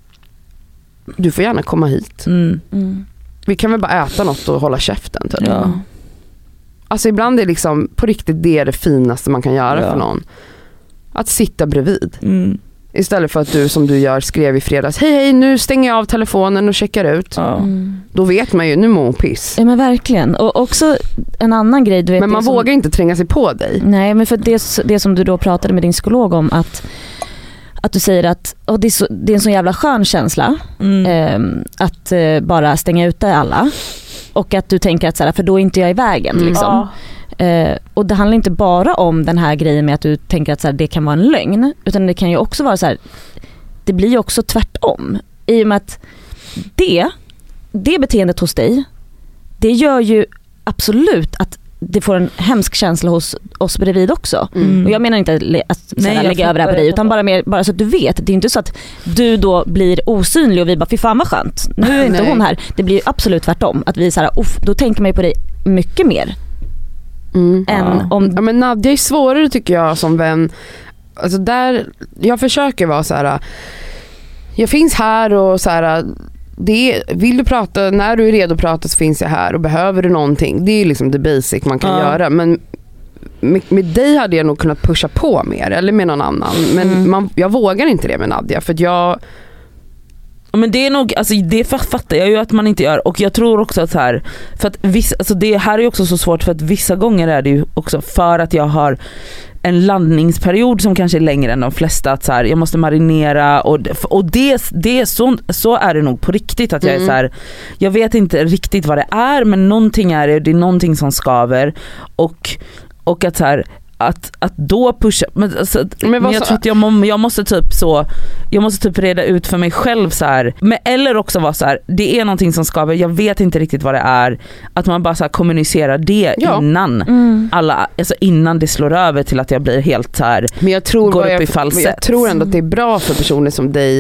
du får gärna komma hit. Mm. Mm. Vi kan väl bara äta något och hålla käften typ. Ja. Alltså ibland är liksom på riktigt det är det finaste man kan göra Ja. för någon. Att sitta bredvid. Mm. Istället för att du som du gör skrev i fredags, hej hej nu stänger jag av telefonen och checkar ut. Ja. Mm. Då vet man ju, nu mår hon piss. Ja men verkligen. Och också en annan grej. Du vet, Men man det som, vågar inte tränga sig på dig. Nej men för det, det som du då pratade med din psykolog om, att, att du säger att oh, det, är så, det är en så jävla skön känsla Mm. eh, att eh, bara stänga ute alla. Och att du tänker att så här, för då är inte jag i vägen. Mm. Liksom. Ja. Eh, och det handlar inte bara om den här grejen med att du tänker att så här, det kan vara en lögn, utan det kan ju också vara så här, det blir ju också tvärtom. I och med att det, det beteendet hos dig, det gör ju absolut att det får en hemsk känsla hos oss bredvid också. Mm. Och jag menar inte le- att så Nej, här, jag lägga över det här på fattar, dig, jag utan fattar. bara, mer, bara så att du vet. Det är inte så att du då blir osynlig och vi bara, fy fan vad skönt, nu är inte Nej. hon här. Det blir ju absolut tvärtom. Att vi så här, uff, då tänker man ju på dig mycket mer Mm. än Ja. om... Ja, men Nadja är svårare tycker jag som vän. Alltså där, jag försöker vara så här. Jag finns här och så här. Det, vill du prata, när du är redo att prata så finns jag här, och behöver du någonting, det är liksom the basic man kan Ja. göra. Men med, med dig hade jag nog kunnat pusha på mer, eller med någon annan. Men Mm. man, jag vågar inte det med Nadja, för att jag Ja, men det är nog, alltså det fattar jag ju att man inte gör, och jag tror också att så här, för att vissa, alltså det här är också så svårt, för att vissa gånger är det ju också för att jag har en landningsperiod som kanske är längre än de flesta, att så här, jag måste marinera, och, och det, det är så, så är det nog på riktigt, att jag är Mm. så här, jag vet inte riktigt vad det är, men någonting är det, det är någonting som skaver, och, och att så här, Att, att då pusha, men, alltså, Men men vad jag så- tror att jag, må, jag måste typ så jag måste typ reda ut för mig själv så här. Men, eller också vara så här, det är någonting som skaver, jag vet inte riktigt vad det är, att man bara så här kommunicerar det Ja. innan Mm. alla, alltså innan det slår över till att jag blir helt så här. Men jag tror, Går vad upp jag, i falsett. jag tror ändå att det är bra för personer som dig.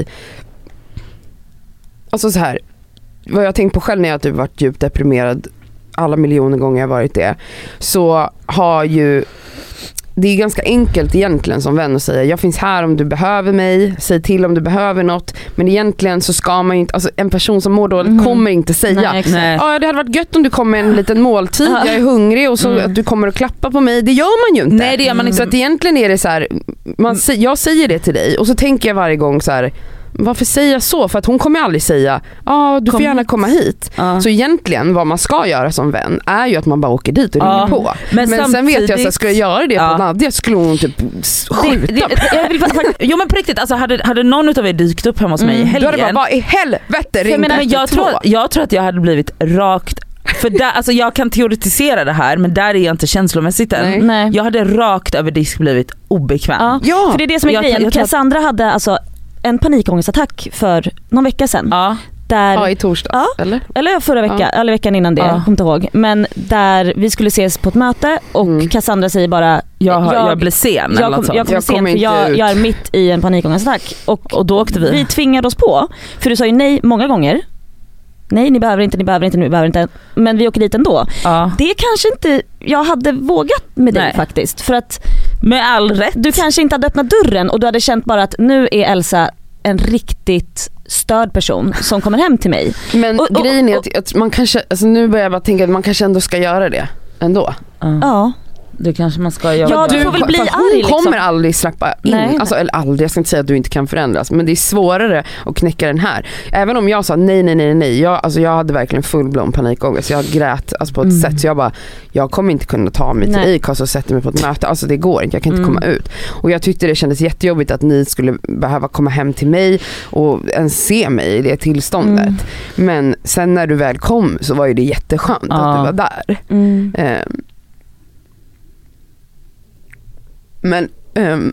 Alltså så här, vad jag har tänkt på själv när jag typ varit djupt deprimerad alla miljoner gånger jag varit det, så har ju det är ganska enkelt egentligen som vän att säga, jag finns här om du behöver mig, säg till om du behöver något, men egentligen så ska man ju inte, alltså en person som mår dåligt Mhm. kommer inte säga Nej, exakt. Nej. ja, det hade varit gött om du kom med en liten måltid, Ja. jag är hungrig, och så Mm. att du kommer att klappa på mig. Det gör man ju inte. Nej, det gör man inte. Så att egentligen är det så här, man, sä- jag säger det till dig och så tänker jag varje gång så här, varför säger jag så? För att hon kommer aldrig säga, ja ah, du Kom får gärna hit. komma hit. Ja. Så egentligen vad man ska göra som vän är ju att man bara åker dit och ringer Ja. på. Men Men, sen vet jag att samtidigt- jag skulle jag göra det Ja. på Nadja skulle hon typ s- skjuta. Det, det, jag vill, fakt- jo men på riktigt, alltså hade, hade någon utav er dykt upp hemma hos mig i Mm. Då helgen, hade det bara, vad i helvete, ring jag, menar, men jag, ett ett tror, två. jag tror att jag hade blivit rakt, för där, alltså jag kan teoretisera det här, men där är jag inte känslomässigt än. Nej. Nej. Jag hade rakt över disk blivit obekväm. Ja. Ja. För det är det som är Jag- grejen. jag tror att- Cassandra hade alltså en panikångestattack för någon vecka sedan. Ja. Där, Ja, i torsdags, Ja. eller? eller förra veckan, Ja. eller veckan innan det, Ja. jag kommer inte ihåg. Men där vi skulle ses på ett möte och Mm. Cassandra säger bara Jag, har- jag blir sen eller jag, något kom, sånt. jag kommer Jag sent kommer för inte jag, ut. jag är mitt i en panikångestattack. Och, Och då åkte vi. vi tvingade oss på, för du sa ju nej många gånger. Nej, ni behöver inte, ni behöver inte, ni behöver inte. Men vi åker dit ändå. Ja. Det kanske inte jag hade vågat med dig Nej. faktiskt. För att Med all rätt. du kanske inte hade öppnat dörren och du hade känt bara att nu är Elsa en riktigt störd person som kommer hem till mig. Men och, och, grejen är och, att, att man kanske, alltså nu börjar jag bara tänka att man kanske ändå ska göra det ändå. Mm. Ja. Det kanske man ska göra. Ja, du får väl bli hon arg liksom. kommer aldrig släppa in, Nej. alltså, eller aldrig, jag ska inte säga att du inte kan förändras, men det är svårare att knäcka den här. Även om jag sa nej, nej, nej, nej, jag, alltså, jag hade verkligen fullblom panikångest. Jag grät alltså, på ett mm. sätt så jag bara, jag kommer inte kunna ta mig till Acast och sätta mig på ett möte, alltså det går inte, jag kan inte mm. komma ut. Och jag tyckte det kändes jättejobbigt att ni skulle behöva komma hem till mig och ens se mig i det tillståndet. Mm. Men sen när du väl kom så var ju det jätteskönt ja. att du var där. Mm. Um, Men um,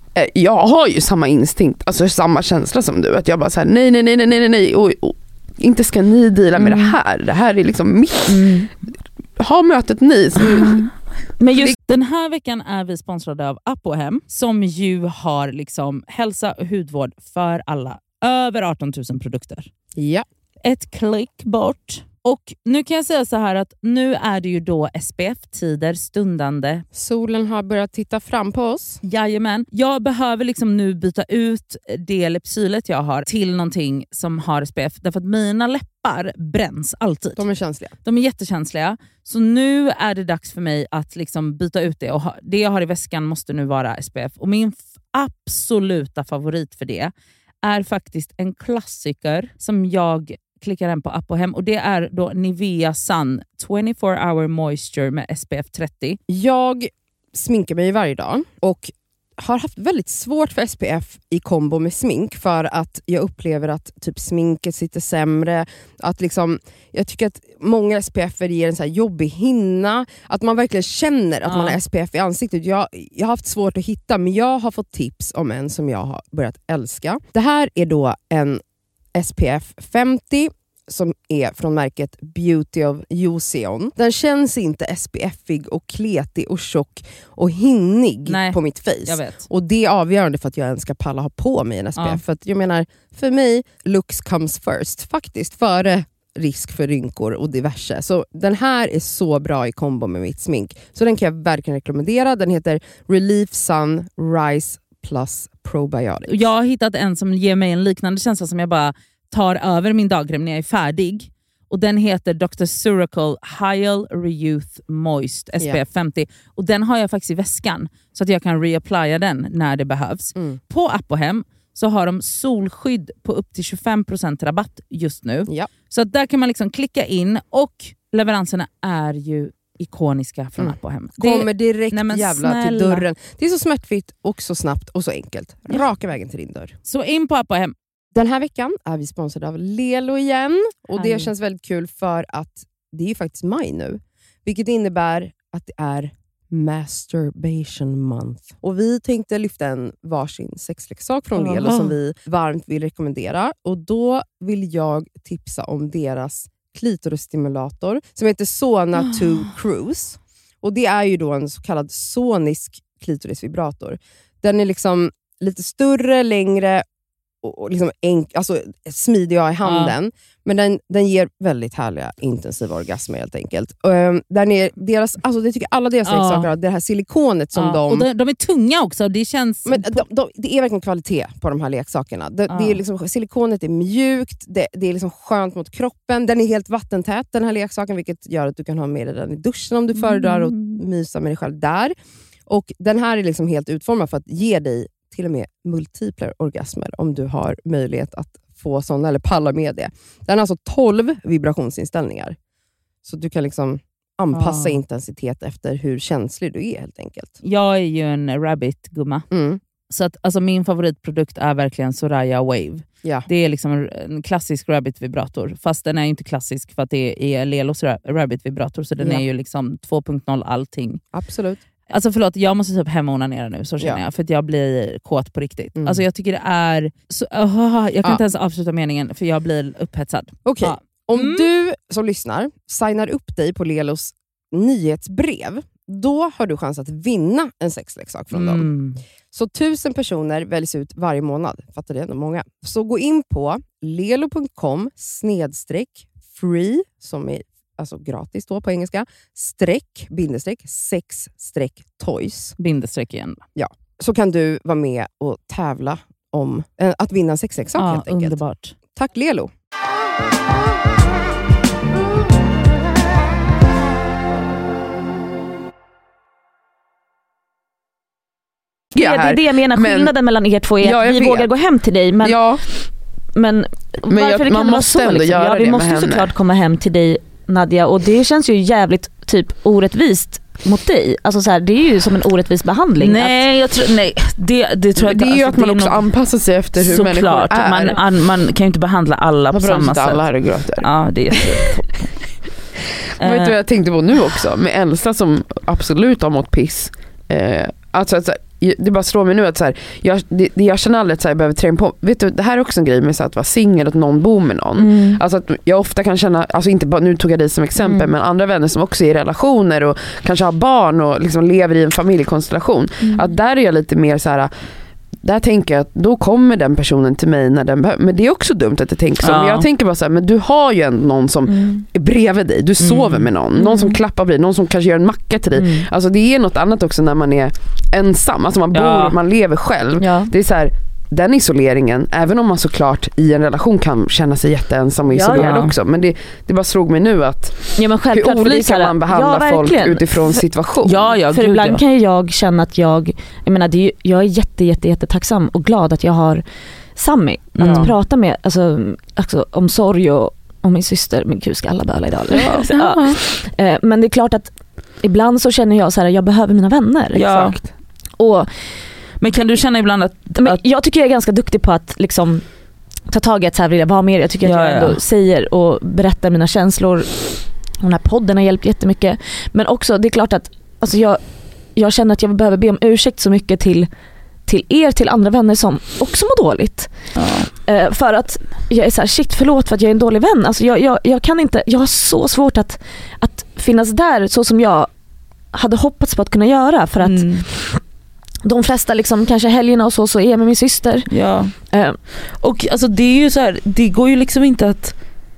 jag har ju samma instinkt, alltså samma känsla som du, att jag bara såhär nej, nej, nej, nej, nej, nej, och, och inte ska ni dela med mm. det här, det här är liksom mitt, mm. ha mötet ni. Mm. Men just den här veckan är vi sponsrade av Apohem, som ju har liksom hälsa och hudvård för alla, över arton tusen produkter. Ja. Ett klick bort. Och nu kan jag säga så här att nu är det ju då S P F-tider stundande. Solen har börjat titta fram på oss. Jajamän. Jag behöver liksom nu byta ut det läppsylet jag har till någonting som har S P F. Därför att mina läppar bränns alltid. De är känsliga. De är jättekänsliga. Så nu är det dags för mig att liksom byta ut det. Och ha, det jag har i väskan måste nu vara S P F. Och min f- absoluta favorit för det är faktiskt en klassiker som jag klickar den på Apohem, och det är då Nivea Sun twenty-four hour moisture med S P F trettio. Jag sminkar mig varje dag och har haft väldigt svårt för S P F i kombo med smink, för att jag upplever att typ sminket sitter sämre, att liksom, jag tycker att många S P F ger en så här jobbig hinna, att man verkligen känner att ja. man har S P F i ansiktet. Jag, jag har haft svårt att hitta, men jag har fått tips om en som jag har börjat älska. Det här är då en S P F femtio som är från märket Beauty of Joseon. Den känns inte S P F-ig och kletig och tjock och hinnig Nej, på mitt face. Jag vet. Och det är avgörande för att jag ens ska palla ha på mig en S P F. Ja. För att jag menar, för mig, looks comes first. Faktiskt före risk för rynkor och diverse. Så den här är så bra i kombo med mitt smink. Så den kan jag verkligen rekommendera. Den heter Relief Sun Rise Plus Probiotics. Jag har hittat en som ger mig en liknande känsla som jag bara tar över min dagkräm när jag är färdig. Och den heter doctor Suracle Hyal Reyouth Moist S P F femtio. Och den har jag faktiskt i väskan så att jag kan reapplya den när det behövs. Mm. På Apohem så har de solskydd på upp till tjugofem procent rabatt just nu. Ja. Så att där kan man liksom klicka in, och leveranserna är ju ikoniska från mm. Apohem. Kommer direkt nej, jävla snälla. till dörren. Det är så smärtfritt och så snabbt och så enkelt. Raka vägen till din dörr. Så in på Apohem. Den här veckan är vi sponsrade av Lelo igen. Och det Härligt. känns väldigt kul för att det är ju faktiskt maj nu. Vilket innebär att det är Masturbation Month. Och vi tänkte lyfta en varsin sexleksak från Lelo som vi varmt vill rekommendera. Och då vill jag tipsa om deras klitorisstimulator som heter Sona two Cruise. Och det är ju då en så kallad sonisk klitorisvibrator. Den är liksom lite större, längre och liksom enk, alltså smidig i handen. Ja. Men den, den ger väldigt härliga intensiva orgasmer helt enkelt. Um, den är deras, alltså det tycker alla deras ja. leksaker har, det här silikonet som ja. de... Och de, de är tunga också, det känns... Men de, de, det är verkligen kvalitet på de här leksakerna. Det, ja. det är liksom, silikonet är mjukt, det, det är liksom skönt mot kroppen. Den är helt vattentät den här leksaken, vilket gör att du kan ha med den i duschen om du föredrar och mysa med dig själv där. Och den här är liksom helt utformad för att ge dig till och med multipla orgasmer om du har möjlighet att få sådana eller palla med det. Den har alltså tolv vibrationsinställningar. Så du kan liksom anpassa ah. intensitet efter hur känslig du är helt enkelt. Jag är ju en rabbit-gumma. Mm. Så att, alltså, min favoritprodukt är verkligen Soraya Wave. Ja. Det är liksom en klassisk rabbit-vibrator. Fast den är inte klassisk för att det är Lelos rabbit-vibrator. Så den ja. är ju liksom två punkt noll allting. Absolut. Alltså förlåt, jag måste typ hemonanera nu, så känner ja. jag. För att jag blir kåt på riktigt. Mm. Alltså jag tycker det är... Så, uh, jag kan ja. inte ens avsluta meningen för jag blir upphetsad. Okej, ja. om mm. du som lyssnar signar upp dig på Lelos nyhetsbrev, då har du chans att vinna en sexleksak från mm. dem. Så tusen personer väljs ut varje månad. Fattar det ändå många. Så gå in på lelo punkt com snedstreck free, som är alltså gratis då på engelska, streck, bindestreck, sex streck toys. Bindestreck igen. Ja, så kan du vara med och tävla om äh, att vinna en sexleksak ja, helt enkelt. Underbart. Tack Lelo. Det, det är det jag menar, skillnaden men, mellan er två är ja, att vi vet. vågar gå hem till dig. Men, ja. men, men varför jag, det kan man vara måste så, ändå liksom? göra ja, det vi måste med såklart henne. komma hem till dig, Nadia, och det känns ju jävligt typ orättvist mot dig. Alltså så här, det är ju som en orättvis behandling. Nej, att, jag tror, nej det, det tror jag det är alltså, ju att man också nog, anpassar sig efter hur människor är. Man, an, man kan ju inte behandla alla på samma sätt. Alla här och gråter. Ja, det är jättetoppen. Vet du vad jag tänkte på nu också? Med Elsa som absolut har mått piss. Eh, alltså, alltså det bara slår mig nu att så här, jag, det, jag känner aldrig att så här, jag behöver träna på. Vet du, det här är också en grej med så att vara singel, att någon bor med någon. Mm. Alltså att jag ofta kan känna, alltså inte bara, nu tog jag dig som exempel, mm. men andra vänner som också är i relationer och kanske har barn och liksom lever i en familjekonstellation. Mm. Att där är jag lite mer så här, där tänker jag att då kommer den personen till mig när den behöver. Men det är också dumt att jag tänker så. Ja. Men jag tänker bara så här, men du har ju ändå någon som mm. är bredvid dig. Du sover mm. med någon. Någon mm. som klappar bredvid, någon som kanske gör en macka till dig. Mm. Alltså det är något annat också när man är ensam. Alltså man bor ja. man lever själv. Ja. Det är så här, den isoleringen, även om man såklart i en relation kan känna sig jätteensam och isolerad ja, ja. också. Men det, det bara slog mig nu att ja, men hur olika här, man behandlar ja, folk utifrån situation. Ja, ja, för gud, ibland ja. kan jag känna att jag, jag menar, det är, jag är jätte, jätte, jätte tacksam och glad att jag har Sammy att ja. prata med, alltså, alltså om sorg och om min syster. Men gud, ska alla böla idag? Ja. Ja. Men det är klart att ibland så känner jag så här, jag behöver mina vänner. Ja. Exakt. Och men kan du känna ibland att, men att... jag tycker jag är ganska duktig på att liksom ta tag i att så här vill jag vara med. Jag tycker att ja, jag ändå ja. säger och berättar mina känslor. Den här podden har hjälpt jättemycket. Men också, det är klart att alltså jag, jag känner att jag behöver be om ursäkt så mycket till, till er, till andra vänner som också mår dåligt. Ja. Uh, för att jag är så här, shit, förlåt för att jag är en dålig vän. Alltså jag, jag, jag kan inte, jag har så svårt att, att finnas där så som jag hade hoppats på att kunna göra. För att mm. de flesta liksom, kanske helgerna och så, så är jag med min syster. Ja. Uh, och alltså det är ju så här, det går ju liksom inte att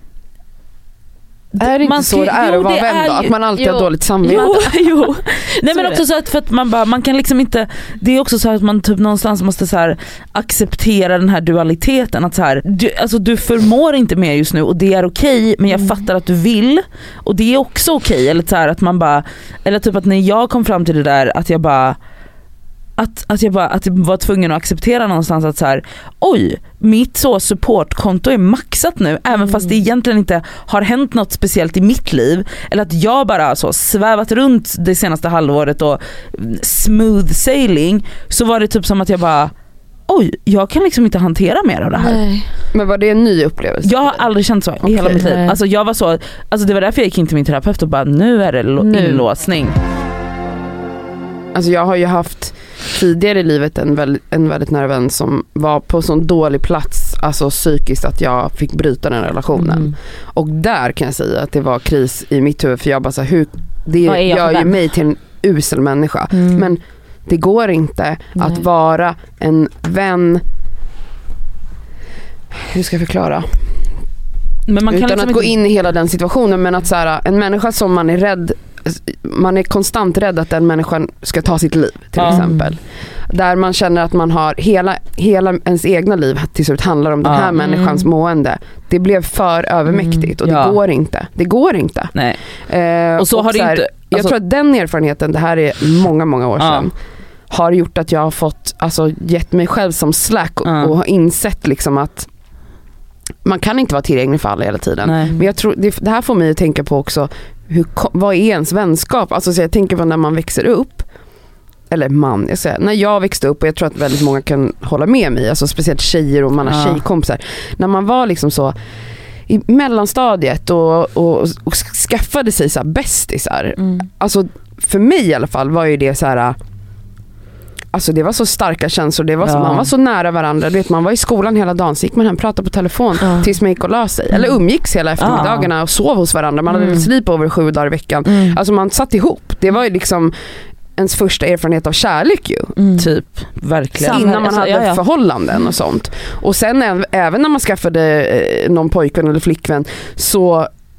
är det inte man så det är jo, att vara vän då? Att man alltid jo, har dåligt samvete? Jo, jo. Nej, men också så att, för att man bara, man kan liksom inte, det är också så att man typ någonstans måste så här acceptera den här dualiteten. Att så här, du, alltså du förmår inte mer just nu och det är okej, men jag mm. fattar att du vill och det är också okej. Eller så här att man bara, eller typ att när jag kom fram till det där att jag bara Att, att, jag bara, att jag var tvungen att acceptera någonstans att så här, oj, mitt så supportkonto är maxat nu, även mm. fast det egentligen inte har hänt något speciellt i mitt liv, eller att jag bara så svävat runt det senaste halvåret och smooth sailing, så var det typ som att jag bara, oj, jag kan liksom inte hantera mer av det här. Nej. Men var det en ny upplevelse? Jag har aldrig känt så okay. i hela mitt liv. Alltså jag var så, alltså det var därför jag gick in till min terapeut och bara, nu är det nu. inlåsning. Alltså jag har ju haft tidigare i livet en väldigt, en väldigt nära vän som var på sån dålig plats, alltså psykiskt, att jag fick bryta den relationen. Mm. Och där kan jag säga att det var kris i mitt huvud, för jag bara så här, hur, det gör ju mig till en usel människa. Mm. Men det går inte Nej. att vara en vän, hur ska jag förklara? Men man kan utan liksom att gå in i hela den situationen, men att så här, en människa som man är rädd, man är konstant rädd att den människan ska ta sitt liv till mm. exempel. Där man känner att man har hela, hela ens egna liv till slut handlar om den här mm. människans mående. Det blev för övermäktigt och det ja. går inte. Det går inte. Nej. Eh, och så och har det här, inte, alltså, jag tror att den erfarenheten, det här är många, många år sedan, ja. har gjort att jag har fått, alltså gett mig själv som slack och, ja. och har insett liksom att man kan inte vara tillgänglig för alla hela tiden. Nej. Men jag tror, det, det här får mig att tänka på också, hur, vad är ens vänskap? Alltså så jag tänker på när man växer upp, eller man, jag säger, när jag växte upp, och jag tror att väldigt många kan hålla med mig, alltså speciellt tjejer och man har ja. tjejkompisar. När man var liksom så i mellanstadiet och, och, och skaffade sig så här bästisar. Mm. Alltså för mig i alla fall var ju det så här, alltså det var så starka känslor, det var så, ja. man var så nära varandra, du vet, man var i skolan hela dagen, så gick man hem, pratade på telefon ja. tills man gick och la sig, mm. eller umgicks hela eftermiddagarna ja. och sov hos varandra, man mm. hade sleepover sju dagar i veckan, mm. alltså man satt ihop, det var ju liksom ens första erfarenhet av kärlek ju. Mm. Typ, verkligen. Innan man alltså, hade ja, ja. förhållanden och sånt. Och sen även när man skaffade eh, någon pojkvän eller flickvän, så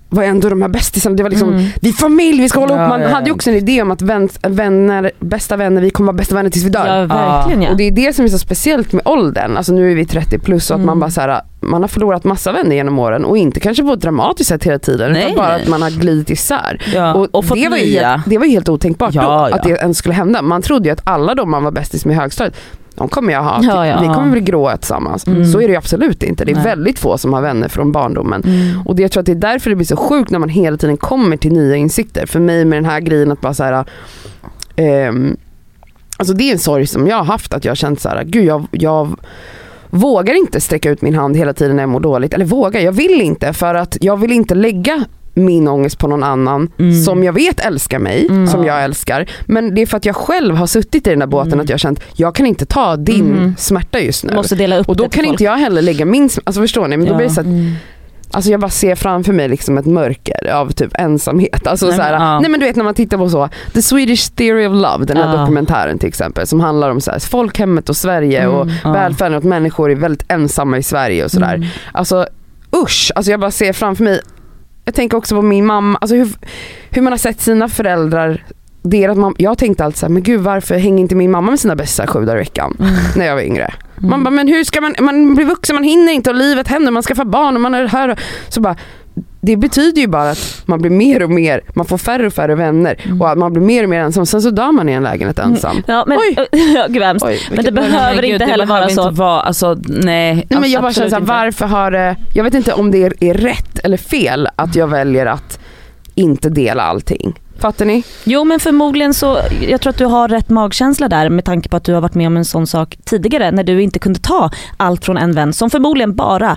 var ändå de här bästisarna, det var liksom Mm. vi familj, vi ska hålla Ja, upp. Man ja, ja. hade ju också en idé om att vän, vänner, bästa vänner, vi kommer vara bästa vänner tills vi dör. Ja, verkligen ja. Och det är det som är så speciellt med åldern. Alltså nu är vi trettio plus och att Mm. man bara så här, man har förlorat massa vänner genom åren och inte kanske på ett dramatiskt sätt hela tiden Nej, utan bara nej. att man har glidit isär. Ja. Och, Och fått det, var ju nya. helt, det var ju helt otänkbart Ja, då ja. att det ens skulle hända. Man trodde ju att alla de man var bästis med i högstadiet, de kommer jag ha. Ja, ja. Vi kommer bli gråa tillsammans. Mm. Så är det ju absolut inte. Det är Nej. väldigt få som har vänner från barndomen. Mm. Och det, jag tror att det är därför det blir så sjukt när man hela tiden kommer till nya insikter. För mig med den här grejen att bara så här, ehm, alltså det är en sorg som jag har haft, att jag har känt så här, gud jag, jag vågar inte sträcka ut min hand hela tiden när jag mår dåligt. Eller vågar, jag vill inte, för att jag vill inte lägga min ångest på någon annan Mm. som jag vet älskar mig, Mm. som Ja. jag älskar. Men det är för att jag själv har suttit i den där båten Mm. att jag har känt, jag kan inte ta din Mm. smärta just nu. Måste dela upp Och då det till kan folk. inte jag heller lägga min sm- alltså förstår ni, men då Ja. blir det så att Mm. alltså jag bara ser framför mig liksom ett mörker av typ ensamhet. Alltså Nej, så här, men, ja. nej men du vet när man tittar på så The Swedish Theory of Love, den här Ja. dokumentären till exempel, som handlar om så här, folkhemmet och Sverige och Mm. Ja. välfärden, och att människor är väldigt ensamma i Sverige och sådär. Mm. Alltså usch, alltså jag bara ser framför mig, jag tänker också på min mamma, alltså hur, hur man har sett sina föräldrar. Deras mamma, jag tänkte alltid så här, men gud varför hänger inte min mamma med sina bästa sju dagar i veckan Mm. när jag var yngre. Mm. Man bara, men hur ska man, man blir vuxen, man hinner inte och livet händer, man skaffar barn och man är här. Och, så bara, det betyder ju bara att man blir mer och mer, man får färre och färre vänner Mm. och att man blir mer och mer ensam. Sen så dör man i en lägenhet ensam. Ja, men, Oj. ja, gud vad hemskt. Oj, Men det vilket- behöver Men gud, inte det heller vara behöver så. inte vara, alltså, nej. Nej, men jag bara känner absolut så här, inte. varför har det, jag vet inte om det är, är rätt eller fel att jag väljer att inte dela allting. Fattar ni? Jo men förmodligen så, jag tror att du har rätt magkänsla där med tanke på att du har varit med om en sån sak tidigare när du inte kunde ta allt från en vän som förmodligen bara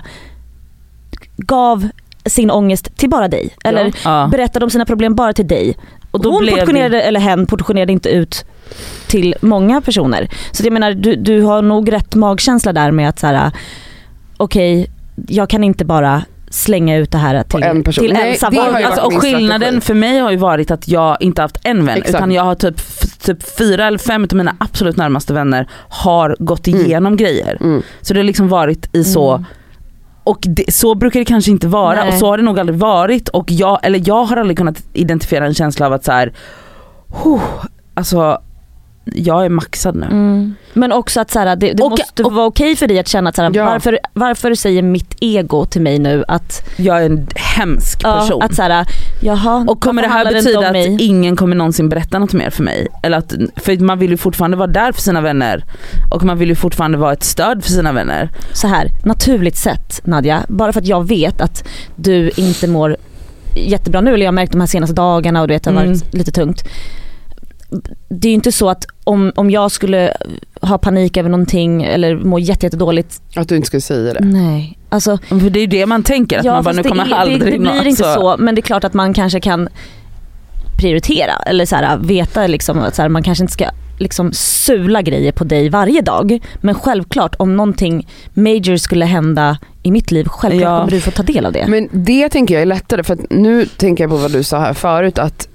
gav sin ångest till bara dig. Eller Ja. berättade om sina problem bara till dig. Och då Hon blev portionerade, eller hen portionerade inte ut till många personer. Så jag menar, du, du har nog rätt magkänsla där med att så här, okej, jag kan inte bara slänga ut det här till en person. till Nej, ensam. det har ju Alltså, varit och min skillnaden strategi. för mig har ju varit att jag inte haft en vän, Exakt. utan jag har typ, f- typ fyra eller fem av mina absolut närmaste vänner har gått igenom grejer. Mm. Så det har liksom varit i så, Mm. och det, så brukar det kanske inte vara, Nej. och så har det nog aldrig varit, och jag, eller jag har aldrig kunnat identifiera en känsla av att så här, huh, alltså jag är maxad nu. Mm. Men också att så här, det, det Och- måste och- vara okej för dig att känna att så här, Ja. varför, varför säger mitt ego till mig nu att, Jag är en hemsk ja, person. att så här, jaha, Och kommer det varför här handlar inte betyda om att mig? ingen kommer någonsin berätta något mer för mig? Eller att, för man vill ju fortfarande vara där för sina vänner, och man vill ju fortfarande vara ett stöd för sina vänner. Så här, naturligt sett Nadja, bara för att jag vet att du inte mår jättebra nu, eller jag har märkt de här senaste dagarna och du vet det har varit Mm. lite tungt. Det är ju inte så att om, om jag skulle ha panik över någonting eller må jätte, jätte dåligt, Att du inte skulle säga det. nej. Alltså, För det är ju det man tänker, att man bara, fast nu det kommer är- aldrig det, det blir nå- inte så. så, men det är klart att man kanske kan prioritera eller så här, veta liksom, att så här, man kanske inte ska liksom sula grejer på dig varje dag, men självklart om någonting major skulle hända i mitt liv, självklart Ja. kommer du få ta del av det. Men det tänker jag är lättare, för att nu tänker jag på vad du sa här förut, att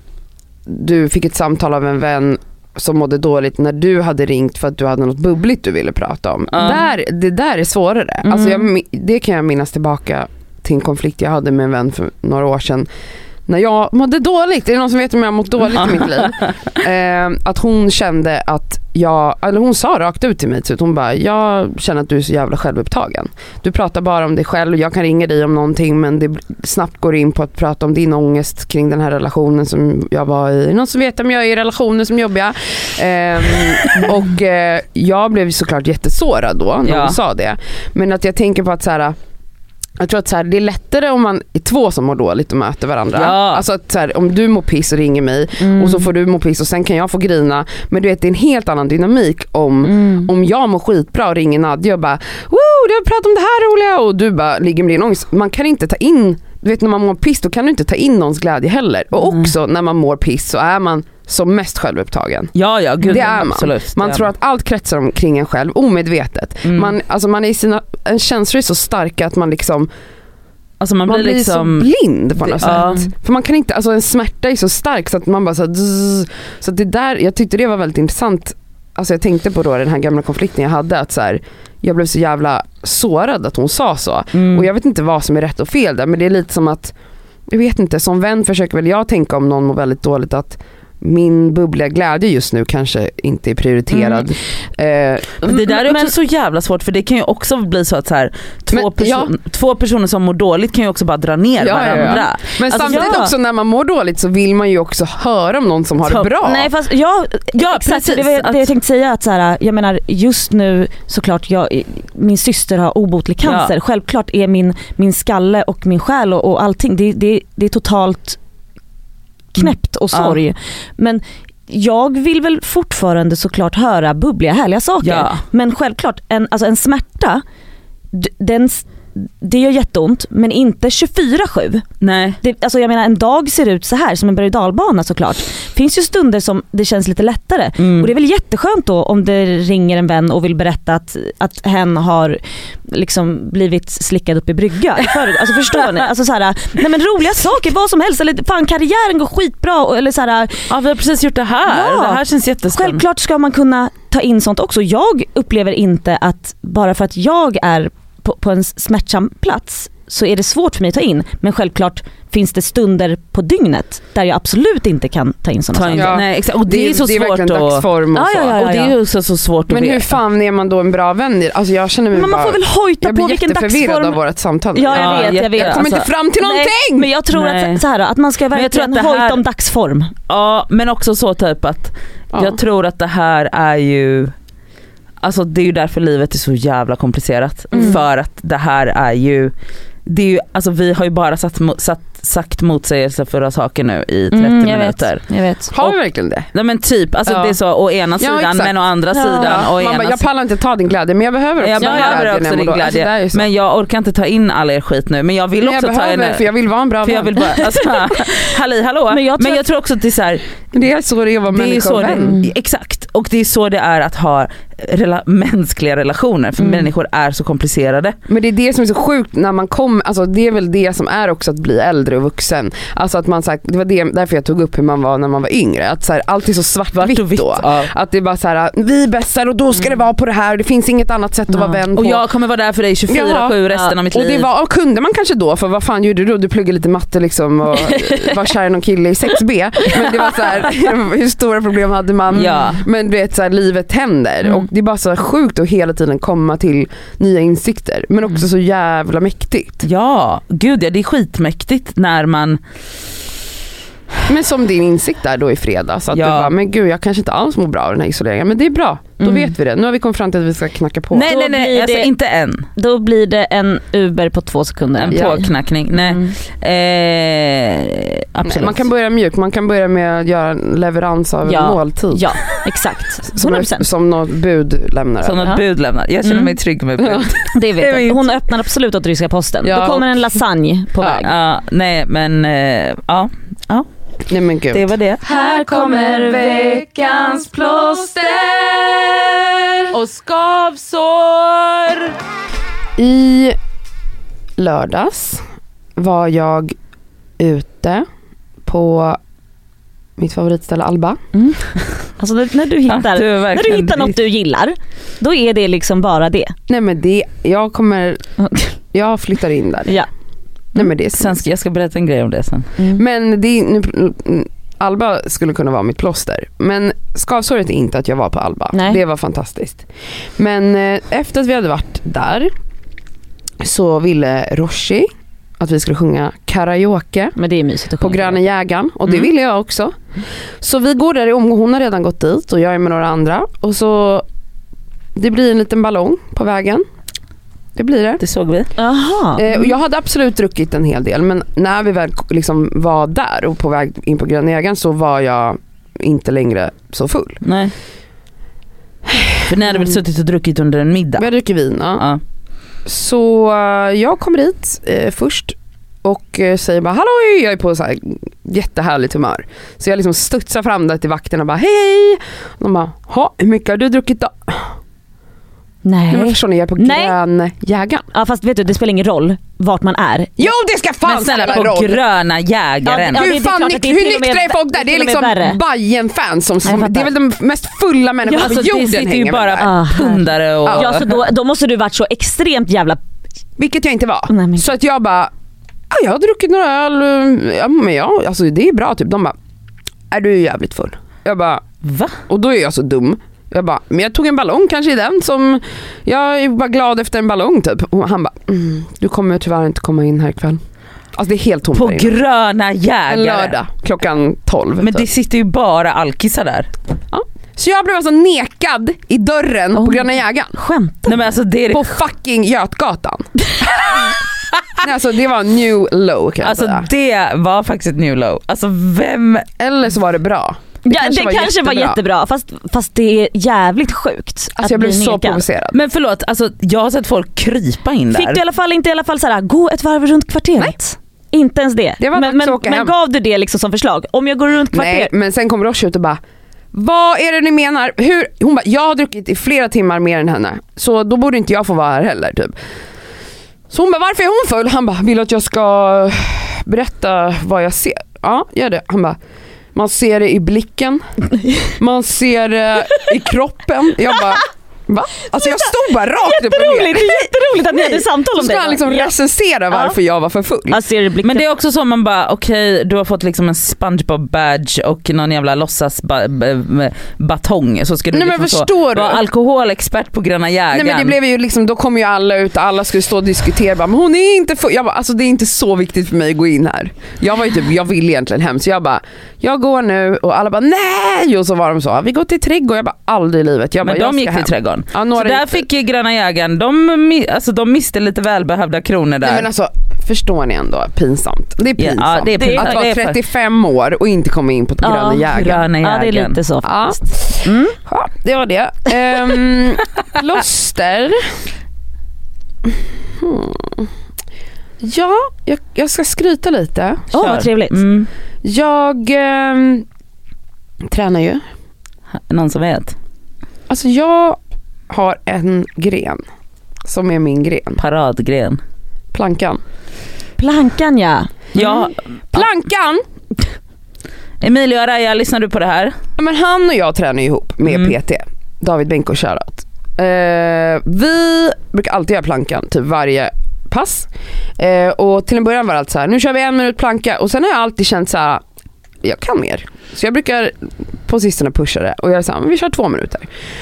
du fick ett samtal av en vän som mådde dåligt när du hade ringt för att du hade något bubbligt du ville prata om. Ja. Där, det där är svårare. Mm. Alltså jag, mi- det kan jag minnas tillbaka till en konflikt jag hade med en vän för några år sedan. När jag mådde dåligt, är det någon som vet om jag har mått dåligt i mitt liv? Eh, att hon kände att jag, eller hon sa rakt ut till mig, så hon bara, jag känner att du är så jävla självupptagen. Du pratar bara om dig själv, jag kan ringa dig om någonting, men det snabbt går in på att prata om din ångest kring den här relationen som jag var i. Någon som vet om jag är i relationer som jobbiga. Eh, och eh, jag blev såklart jättesårad då när Ja. hon sa det. Men att jag tänker på att så här, jag tror att så här, det är lättare om man är två som mår dåligt och möter varandra. Ja. Alltså att så här, om du mår piss och ringer mig Mm. och så får du må piss och sen kan jag få grina. Men du vet, det är en helt annan dynamik om, Mm. om jag mår skitbra och ringer Nadja och bara wow, du har pratat om det här roliga, och du bara ligger med din ångest. Man kan inte ta in, du vet när man mår piss då kan du inte ta in någons glädje heller. Och Mm. också när man mår piss så är man som mest självupptagen. Ja, ja, gud, Det är man. absolut. Man det är tror att allt kretsar omkring en själv omedvetet. Mm. Man, alltså man är i sina, en känslor är så starka att man liksom alltså man, man blir blir så liksom, blind på något Ja. sätt. För man kan inte, alltså en smärta är så stark så att man bara så här, zzz. Så att det där, jag tyckte det var väldigt intressant. Alltså jag tänkte på då den här gamla konflikten jag hade, att så här, jag blev så jävla sårad att hon sa så. mm. Och jag vet inte vad som är rätt och fel där, men det är lite som att jag vet inte, som vän försöker väl jag tänka om någon mår väldigt dåligt att min bubbliga glädje just nu kanske inte är prioriterad. Mm. Eh, det där är också men, så jävla svårt, för det kan ju också bli så att så här, två, men, person, ja. två personer som mår dåligt kan ju också bara dra ner ja, varandra. Ja, ja. Men alltså, samtidigt ja. också när man mår dåligt så vill man ju också höra om någon som har så, det bra. Nej fast ja, ja exakt, precis, det var det att, jag tänkte säga att så här, jag menar just nu såklart jag, min syster har obotlig cancer. Ja. Självklart är min, min skalle och min själ och, och allting det, det, det är totalt knäppt och sorg. Ja. Men jag vill väl fortfarande såklart höra bubbliga härliga saker. Ja. Men självklart, en, alltså en smärta, den, det gör jätteont, men inte tjugofyra sju. Nej. Det, alltså jag menar, en dag ser ut så här som en berg- och dalbana såklart. Finns ju stunder som det känns lite lättare. Mm. Och det är väl jätteskönt då om det ringer en vän och vill berätta att, att hen har liksom blivit slickad upp i brygga. Alltså förstår ni? Alltså så här, nej men roliga saker, vad som helst. Eller fan, karriären går skitbra. Eller så här, ja, vi har precis gjort det här. Ja, det här känns jättespännande. Självklart ska man kunna ta in sånt också. Jag upplever inte att bara för att jag är på, på en smärtsam plats så är det svårt för mig att ta in. Men självklart finns det stunder på dygnet där jag absolut inte kan ta in sådana saker. Ja. Nej, exakt. Och det, det är så det är svårt verkligen att... dagsform och ja, så. Ja, ja, ja, ja. Och det är ju också så svårt att Men veta. hur fan är man då en bra vän? Alltså jag känner mig men man bara, får väl hojta på vilken dagsform. Jag blir jätteförvirrad av vårt samtal. Ja, jag vet, jag vet. Jag kommer alltså, inte fram till någonting. Nej, men jag tror att, så här, att man ska verkligen här, hojta om dagsform. Ja, men också så typ att ja. jag tror att det här är ju... Alltså det är ju därför livet är så jävla komplicerat. Mm. För att det här är ju... Det är ju, alltså vi har ju bara satt, satt, sagt motsägelsefulla saker nu i trettio mm, jag minuter. Vet, jag vet. Har vi verkligen det? Nej men typ, alltså ja. det är så å ena sidan ja, men å andra ja. sidan Ja. å Man ena bara, jag pallar inte ta din glädje men jag behöver också, jag din, behöver glädje också din glädje. Alltså, men jag orkar inte ta in all er skit nu. Men jag vill men också jag ta behöver, in för jag vill vara en bra för jag vill bara, alltså, halli, hallå. Men jag tror, men jag tror också att det är så här, det är så det är att vara människa och vän. Det, exakt. Och det är så det är att ha rela- mänskliga relationer. För mm. människor är så komplicerade. Men det är det som är så sjukt när man kommer, alltså det är väl det som är också att bli äldre och vuxen. Alltså att man sagt, det var det, därför jag tog upp hur man var när man var yngre. Att så här, allt är så svartvitt och vitt då. Ja. Att det är bara så här, vi är bästar och då ska det vara på det här. Det finns inget annat sätt att ja. vara vän på. Och jag kommer vara där för dig tjugofyra sju resten ja. av mitt liv. Och det var, och kunde man kanske då, för vad fan gjorde du då? Du pluggade lite matte liksom och var kär i någon kille i sex B. Men det var så här, hur stora problem hade man? Ja. Men du vet så här, livet händer. Mm. Och det är bara så sjukt att hela tiden komma till nya insikter. Men också mm. så jävla mäktigt. Ja, gud ja, det är skitmäktigt när man... Men som din insikt där då i fredags. Att ja. du bara, men gud jag kanske inte alls mår bra av den här isoleringen. Men det är bra, då mm. vet vi det. Nu har vi kommit fram till att vi ska knacka på. Nej, nej, nej, alltså, det, inte än. Då blir det en Uber på två sekunder. En ja. påknackning, nej. Mm. Eh, absolut. Nej, man kan börja mjukt, man kan börja med att göra en leverans av ja. en måltid. Ja, exakt. Som, som något budlämnare. Som något ja. budlämnare. Jag känner mig mm. trygg med bud. Det vet jag. Hon öppnar absolut åt ryska posten. Ja. Då kommer en lasagne på ja. väg. Ja, nej, men eh, ja. ja. Nej men gud. Det var det. Här kommer veckans plåster och skavsår. I lördags var jag ute på mitt favoritställe Alba. Mm. Alltså när du hittar, ja, du när du hittar något du gillar, då är det liksom bara det. Nej men det, jag kommer, jag flyttar in där. Ja. Nej, men det är sen ska, jag ska berätta en grej om det sen. Mm. Men det är, nu, Alba skulle kunna vara mitt plåster. Men skavsåret är inte att jag var på Alba. Nej. Det var fantastiskt. Men eh, efter att vi hade varit där så ville Roshi att vi skulle sjunga karaoke. Men det är mysigt att på Gröna Jägaren. Och det mm. ville jag också. Så vi går där i omgång. Hon har redan gått dit och jag är med några andra. Och så det blir en liten ballong på vägen. Det blir det. Det såg vi. Aha. Eh, och jag hade absolut druckit en hel del. Men när vi väl liksom var där och på väg in på Gröna Jägaren så var jag inte längre så full. Nej. För ni hade väl suttit och druckit under en middag? Vi hade druckit vin, ja. ja. Så uh, jag kommer dit uh, först och uh, säger bara hallå, jag är på så här jättehärligt humör. Så jag liksom studsar fram där till vakterna och bara hej. Och de bara, ha, hur mycket har du druckit då? Nej. Men förstår ni, jag är på Gröna Jägaren. Ja, fast vet du, det spelar ingen roll vart man är. Jo, det ska fan spela roll. Men på Gröna Jägaren. Ja, ja, hur fan, nyk- hur nyktra är folk där? Det är liksom Bayern-fans som, som det är väl de mest fulla människorna ja, på alltså, jorden. Det sitter ju bara ah, pundare och... Ja, så då, då måste du varit så extremt jävla... Vilket jag inte var. Nej, men... Så att jag bara, ja, jag har druckit några öl. Ja, men ja, alltså det är bra typ. De bara, är du jävligt full? Jag bara, va? Och då är jag så dum. Jag bara, men jag tog en ballong kanske i den som, jag är bara glad efter en ballong typ. Och han bara, mm, du kommer tyvärr inte komma in här ikväll. Alltså det är helt tomt. På Gröna Jägare. En lördag klockan tolv. Men typ. det sitter ju bara alkisar där. Ja. Så jag blev alltså nekad i dörren oh. på Gröna Jägaren. Skämtar. Nej, men alltså det är på fucking Götgatan. Nej, alltså det var new low kan jag Alltså säga. det var faktiskt ett new low. Alltså vem... Eller så var det bra. Det ja, kanske, det var, kanske jättebra. var jättebra fast, fast det är jävligt sjukt. Alltså jag blev så provocerad. Men förlåt, alltså, jag har sett folk krypa in där. Fick du i alla fall inte i alla fall såhär, gå ett varv runt kvarteret? Nej. Inte ens det. det var men men, men gav du det liksom som förslag? Om jag går runt kvarteret? Nej, men sen kom Roche ut och bara, vad är det ni menar? Hur? Hon bara, jag har druckit i flera timmar mer än henne. Så då borde inte jag få vara här heller typ. Så hon bara, varför är hon full? Han bara, vill att jag ska berätta vad jag ser? Ja, gör det. Han bara, man ser det i blicken. Man ser det i kroppen. Jag bara, va? Alltså jag stod bara rakt upp och ner. Det är jätteroligt att ni hade samtal om det. Så ska han liksom recensera varför ja. jag var för full. Men det är också så man bara, okej, okay, du har fått liksom en SpongeBob badge och någon jävla låtsas ba- ba- batong. Så ska du Nej, liksom så vara alkoholexpert på Gröna Jägaren. Nej men det blev ju liksom, då kom ju alla ut och alla skulle stå och diskutera. Bara, men hon är inte full. Jag bara, alltså det är inte så viktigt för mig att gå in här. Jag var ju typ, jag vill egentligen hem. Så jag bara, jag går nu och alla bara, nej! Och så var de så, vi går till trädgården. Jag bara, aldrig i livet. Jag bara, men de jag gick till trädgården. Ja, så där gick... fick Gröna Jägaren, de, alltså, de miste lite välbehövda kronor där. Nej men alltså, förstår ni ändå, pinsamt. Det är pinsamt. Ja, det är pinsamt. Att vara trettiofem år och inte komma in på ja, Gröna Jägaren. Gröna Jägaren. Ja, det är lite så faktiskt. Ja, mm. ja det var det. Um, Loster. Hmm. Ja, jag, jag ska skryta lite. Åh, oh, vad trevligt. Mm. Jag um, tränar ju. Någon som vet? Alltså jag har en gren som är min gren. Paradgren. Plankan. Plankan, ja. Mm. ja. Plankan! Emilio Araya, lyssnar du på det här? Men han och jag tränar ihop med mm. P T. David Benko shoutout. Eh, vi brukar alltid göra plankan, typ varje pass. Eh, och till en början var det allt så här, nu kör vi en minut planka. Och sen har jag alltid känt så här, jag kan mer. Så jag brukar på sistone pusha det. Och jag är så här, vi kör två minuter.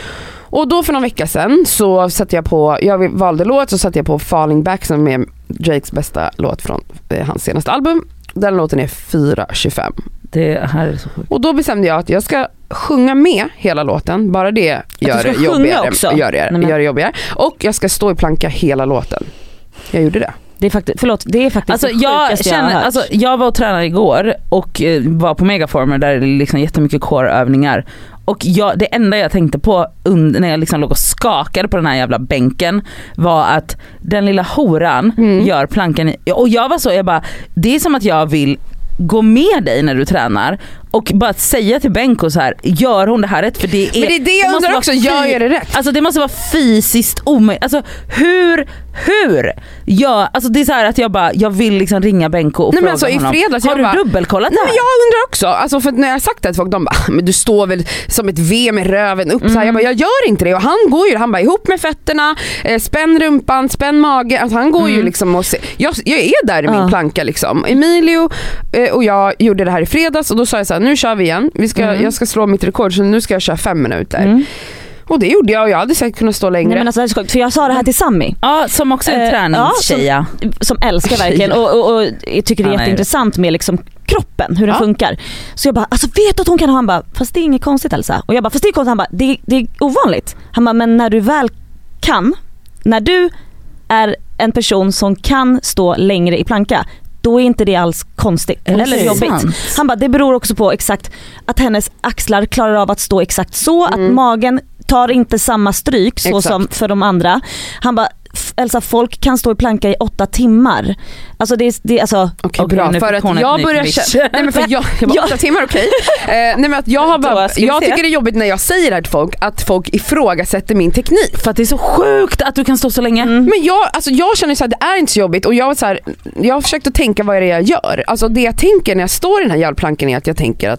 Och då för någon vecka sedan så satte jag på, jag valde låt, så satte jag på Falling Back som är Drakes bästa låt från eh, hans senaste album. Den låten är fyra tjugofem. Det här är så sjukt. Och då bestämde jag att jag ska sjunga med hela låten. Bara det gör det jobbigare. Gör det, Nej, men... gör det jobbigare. Och jag ska stå i planka hela låten. Jag gjorde det. Det är faktiskt, förlåt, det är faktiskt alltså, jag, känner, jag, alltså, jag var och tränade igår och eh, var på Megaformer där det är liksom jättemycket core-övningar. Och jag, det enda jag tänkte på under, när jag liksom låg och skakade på den här jävla bänken var att den lilla horan mm. gör plankan i, och jag var så, jag bara, det är som att jag vill gå med dig när du tränar och bara säga till Benko så här, gör hon det här rätt? För det är, men det är det jag det undrar också, gör jag det rätt? Alltså det måste vara fysiskt omöjligt. Alltså hur, hur? Ja, alltså det är så här att jag bara, jag vill liksom ringa Benko och nej, fråga alltså, honom. I fredags, har du bara, dubbelkollat nej, det här? Men jag undrar också, alltså för när jag har sagt det till folk, de bara, men du står väl som ett V med röven upp. Mm. Så här, jag bara, jag gör inte det. Och han går ju, han bara ihop med fötterna, eh, spänn rumpan, spänn mage. Alltså han går mm. ju liksom och se, jag, jag är där i min uh. planka liksom. Emilio eh, och jag gjorde det här i fredags och då sa jag så här, nu kör vi igen. Vi ska, mm. Jag ska slå mitt rekord så nu ska jag köra fem minuter. Mm. Och det gjorde jag och jag hade säkert kunnat stå längre. Nej, men alltså, för jag sa det här till Sammy. Ja, som också är en träningstjej. Ja, som, som älskar verkligen och, och, och jag tycker det är ja, jätteintressant med liksom kroppen, hur den ja. funkar. Så jag bara, alltså vet du att hon kan ha? Han bara, fast det är inget konstigt Elsa. Och jag bara, fast det är konstigt. Han bara, det, det är ovanligt. Han bara, men när du väl kan, när du är en person som kan stå längre i planka, då är inte det alls konstigt eller, eller jobbigt. Sant. Han bara, det beror också på exakt att hennes axlar klarar av att stå exakt så, mm. att magen tar inte samma stryk så exakt. Som för de andra. Han bara, Elsa, folk kan stå i planka i åtta timmar. Alltså det är, det är alltså okej, okay, bra, för att jag börjar känna, nej men för jag, jag bara, åtta timmar okej. Okay. Eh, nej men att jag har bara, jag tycker det är jobbigt när jag säger det här till folk, att folk ifrågasätter min teknik. För att det är så sjukt att du kan stå så länge. Mm. Men jag, alltså jag känner så här, det är inte så jobbigt och jag så här, jag har försökt att tänka vad är det jag gör. Alltså det jag tänker när jag står i den här jävla plankan är att jag tänker att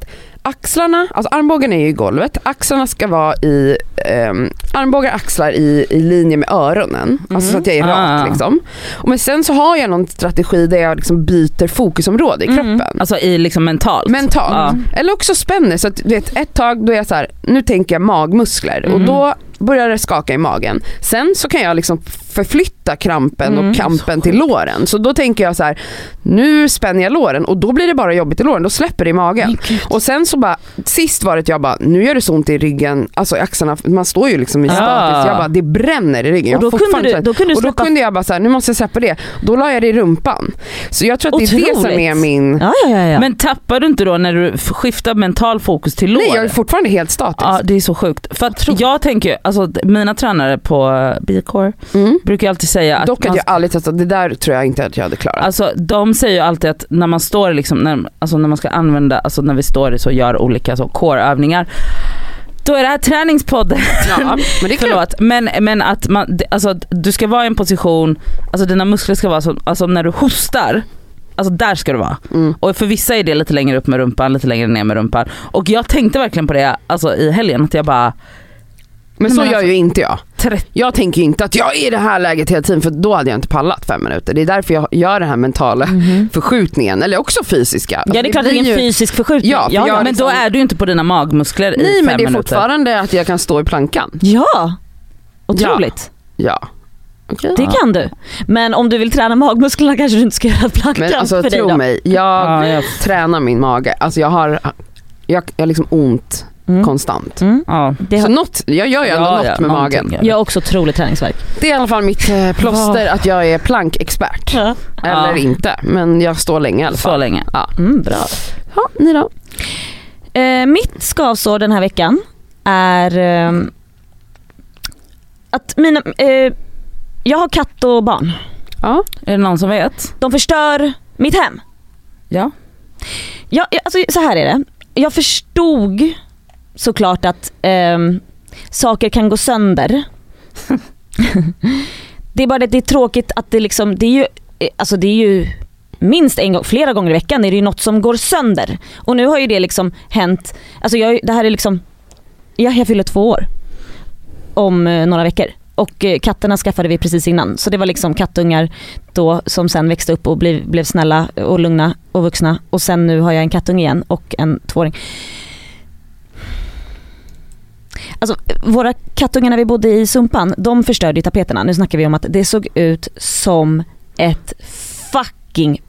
axlarna, alltså armbågen är ju i golvet, axlarna ska vara i um, armbågar, axlar i, i linje med öronen, mm. alltså så att jag är rak ah. liksom. Och men sen så har jag någon strategi där jag liksom byter fokusområde i kroppen. Mm. Alltså i liksom mentalt. Mentalt. Ah. Eller också spänner, så att du vet, ett tag då är jag så här, nu tänker jag magmuskler mm. och då börjar det skaka i magen. Sen så kan jag liksom förflytta krampen mm. och kampen till låren. Så då tänker jag så här, nu spänner jag låren och då blir det bara jobbigt i låren, då släpper det i magen. Och sen så bara, sist var det jag bara, nu gör det så ont i ryggen, alltså i axlarna, man står ju liksom i status, ah. jag bara, det bränner i ryggen. Och då, kunde du, då kunde du och då kunde jag bara så här, nu måste jag släppa det. Då la jag det i rumpan. Så jag tror att Otroligt. Det är det som är min... Ja, ja, ja, ja. Men tappar du inte då när du skiftar mental fokus till lår? Nej, jag är fortfarande helt statisk. Ja, det är så sjukt. För att jag tänker, alltså mina tränare på B-core mm. brukar alltid säga att... Dock att man, jag aldrig testat, det där tror jag inte att jag hade klarat. Alltså de säger ju alltid att när man står liksom, när, alltså när man ska använda, alltså när vi står så gör olika så core-övningar, då är det här träningspodden. Ja, men det är Förlåt, men, men att man, alltså, du ska vara i en position, alltså dina muskler ska vara så, alltså när du hostar, alltså där ska du vara. Mm. Och för vissa är det lite längre upp med rumpan, lite längre ner med rumpan. Och jag tänkte verkligen på det alltså i helgen, att jag bara... Men så men gör alltså, ju inte jag. trettio Jag tänker inte att jag är i det här läget hela tiden, för då hade jag inte pallat fem minuter. Det är därför jag gör den här mentala mm-hmm. förskjutningen, eller också fysiska. Alltså, ja, det är klart det är en ju... fysisk förskjutning. Ja, ja, ja men liksom... då är du ju inte på dina magmuskler Nej, i fem minuter. Nej, men det är fortfarande att jag kan stå i plankan. Ja, otroligt. Ja. ja. Okay. Det kan du. Men om du vill träna magmusklerna kanske du inte ska göra plankan. Men alltså för tro dig mig, jag, ja, jag tränar min mage. Alltså jag har jag, jag har liksom ont mm. konstant. Mm. Ja. Det har... Så något, jag gör ju ändå ja, något ja, med magen. Jag har också otroligt träningsverk. Det är i alla fall mitt eh, plåster oh. att jag är plankexpert. Ja. Eller ja. inte, men jag står länge i alla fall. Så länge. Ja. Mm, bra. Ja, ni då? Eh, mitt skavsår den här veckan är eh, att mina... Eh, jag har katt och barn. Ja. Är det någon som vet? De förstör mitt hem. Ja. Ja, alltså så här är det. Jag förstod såklart att eh, saker kan gå sönder. Det är bara det, det är tråkigt att det liksom, det är ju, alltså det är ju minst en gång, flera gånger i veckan är det ju något som går sönder. Och nu har ju det liksom hänt, alltså jag, det här är liksom, jag, jag fyller två år om eh, några veckor. Och katterna skaffade vi precis innan. Så det var liksom kattungar då som sen växte upp och blev, blev snälla och lugna och vuxna. Och sen nu har jag en kattung igen och en tvååring. Alltså våra kattungar när vi bodde i Sumpan, de förstörde tapeterna. Nu snackar vi om att det såg ut som ett fucking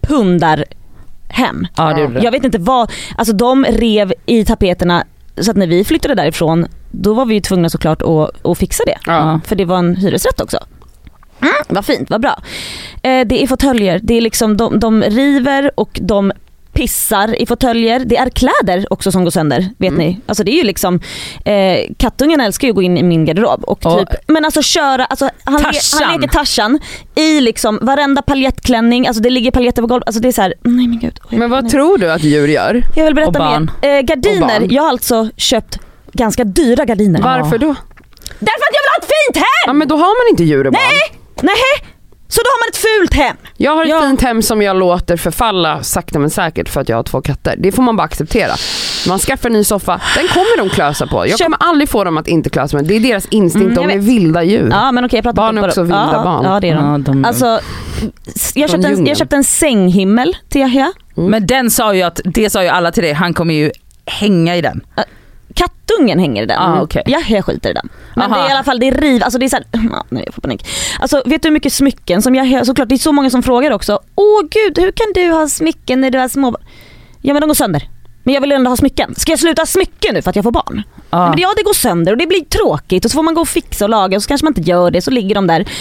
pundarhem. Ja, det gjorde det. Jag vet inte vad, alltså de rev i tapeterna. Så att när vi flyttade därifrån, då var vi ju tvungna såklart att, att fixa det. Ja. För det var en hyresrätt också. Mm, vad fint, vad bra. Eh, det är fåtöljer, det är liksom, de, de river och de pissar i fåtöljer. Det är kläder också som går sönder, vet mm. ni. Alltså det är ju liksom, eh, kattungen älskar ju att gå in i min garderob. Och typ, oh. Men alltså köra, alltså, han, le, han leker Tarzan i liksom varenda paljettklänning. Alltså det ligger paljetter på golvet. Alltså det är så här, nej men gud. Men vad tror du att djur gör? Jag vill berätta mer. Eh, gardiner, jag har alltså köpt ganska dyra gardiner. Varför då? Därför att jag vill ha ett fint hem! Ja, men då har man inte djur och barn. Nej, nej. Så då har man ett fult hem. Jag har ett ja. fint hem som jag låter förfalla sakta men säkert för att jag har två katter. Det får man bara acceptera. Man skaffar en ny soffa, den kommer de klösa på. Jag kommer aldrig få dem att inte klösa, men det är deras instinkt, mm, de är vilda djur. Ja, men okej, jag pratar barn är också vilda ja, barn. Ja, det är de. Ja, de alltså, jag köpte, en, jag köpte en sänghimmel till Yahya. Mm. Men den sa ju att, det sa ju alla till dig, han kommer ju hänga i den. Uh, Kattungen hänger i den. Ah, okay. Ja, jag skiter i den. Men Aha. det är i alla fall, det är riv. Alltså det är så här, ah, nej, jag får panik. Alltså vet du hur mycket smycken som jag, såklart det är så många som frågar också. Åh gud, hur kan du ha smycken när du har små? Ja, men de går sönder. Men jag vill ändå ha smycken. Ska jag sluta ha smycken nu för att jag får barn? Ah. Men ja, det går sönder och det blir tråkigt. Och så får man gå och fixa och laga och så kanske man inte gör det. Så ligger de där.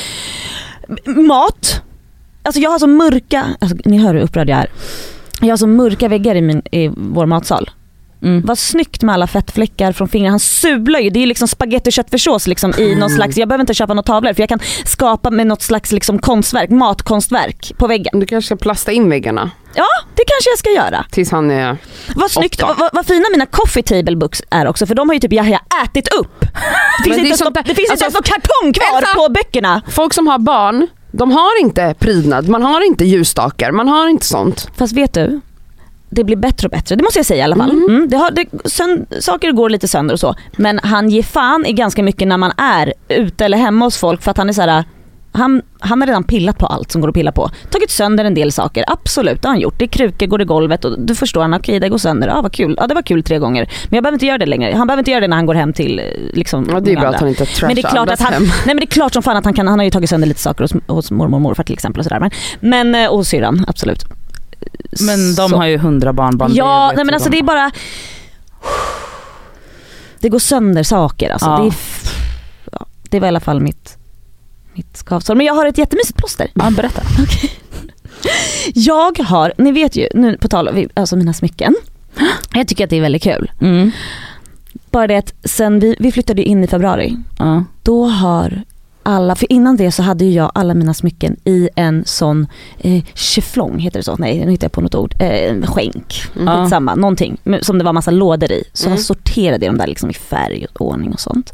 Mat. Alltså jag har så mörka, alltså, ni hör hur upprörd jag är. Jag har så mörka väggar i, min, i vår matsal. Mm. Vad snyggt med alla fettfläckar från fingrarna. Han sular ju, det är liksom spaghetti och köttfärssås liksom i någon slags, jag behöver inte köpa några tavlor för jag kan skapa med något slags liksom konstverk, matkonstverk på väggen. Du kanske ska plasta in väggarna. Ja, det kanske jag ska göra. Tills han är Vad snyggt, vad, vad fina mina coffee table books är också, för de har ju typ Yahya ätit upp. Det finns inte ens det finns alltså, inte ens kartong kvar vänta. På böckerna. Folk som har barn, de har inte prydnad, man har inte ljusstakar, man har inte sånt. Fast vet du, det blir bättre och bättre. Det måste jag säga i alla fall. Mm. Mm, det har, det, sönd, saker går lite sönder och så. Men han ger fan i ganska mycket när man är ute eller hemma hos folk. För att han är så här, han, han har redan pillat på allt som går att pilla på. Tagit sönder en del saker. Absolut, det har han gjort. Det är krukor, går i golvet och du förstår han, okej okay, det går sönder. Ja, vad kul. Ja, det var kul tre gånger. Men jag behöver inte göra det längre. Han behöver inte göra det när han går hem till liksom, ja, det är bra andra. Att han inte trashar men det är klart att han, nej men det är klart som fan att han kan, han har ju tagit sönder lite saker hos, hos mormor och morfar till exempel och sådär. Men, men och syrran, absolut. Men de så. Har ju hundra barnbarn. Ja, nej men alltså de. Det är bara det går sönder saker alltså. Ja. Det, är, ja, det var i alla fall mitt mitt skavsår. Men jag har ett jättemysigt plåster. Ja, berätta. Okay. Jag har, ni vet ju, nu på tal om alltså mina smycken. Jag tycker att det är väldigt kul. Mm. Bara det att sen vi, vi flyttade in i februari. Ja. Då har alla, för innan det så hade ju jag alla mina smycken i en sån eh, cheflong, heter det så? Nej, nu hittar jag på något ord. Eh, skänk, mm. samma, någonting som det var massa lådor i. Så mm. jag sorterade de där liksom i färg och ordning och sånt.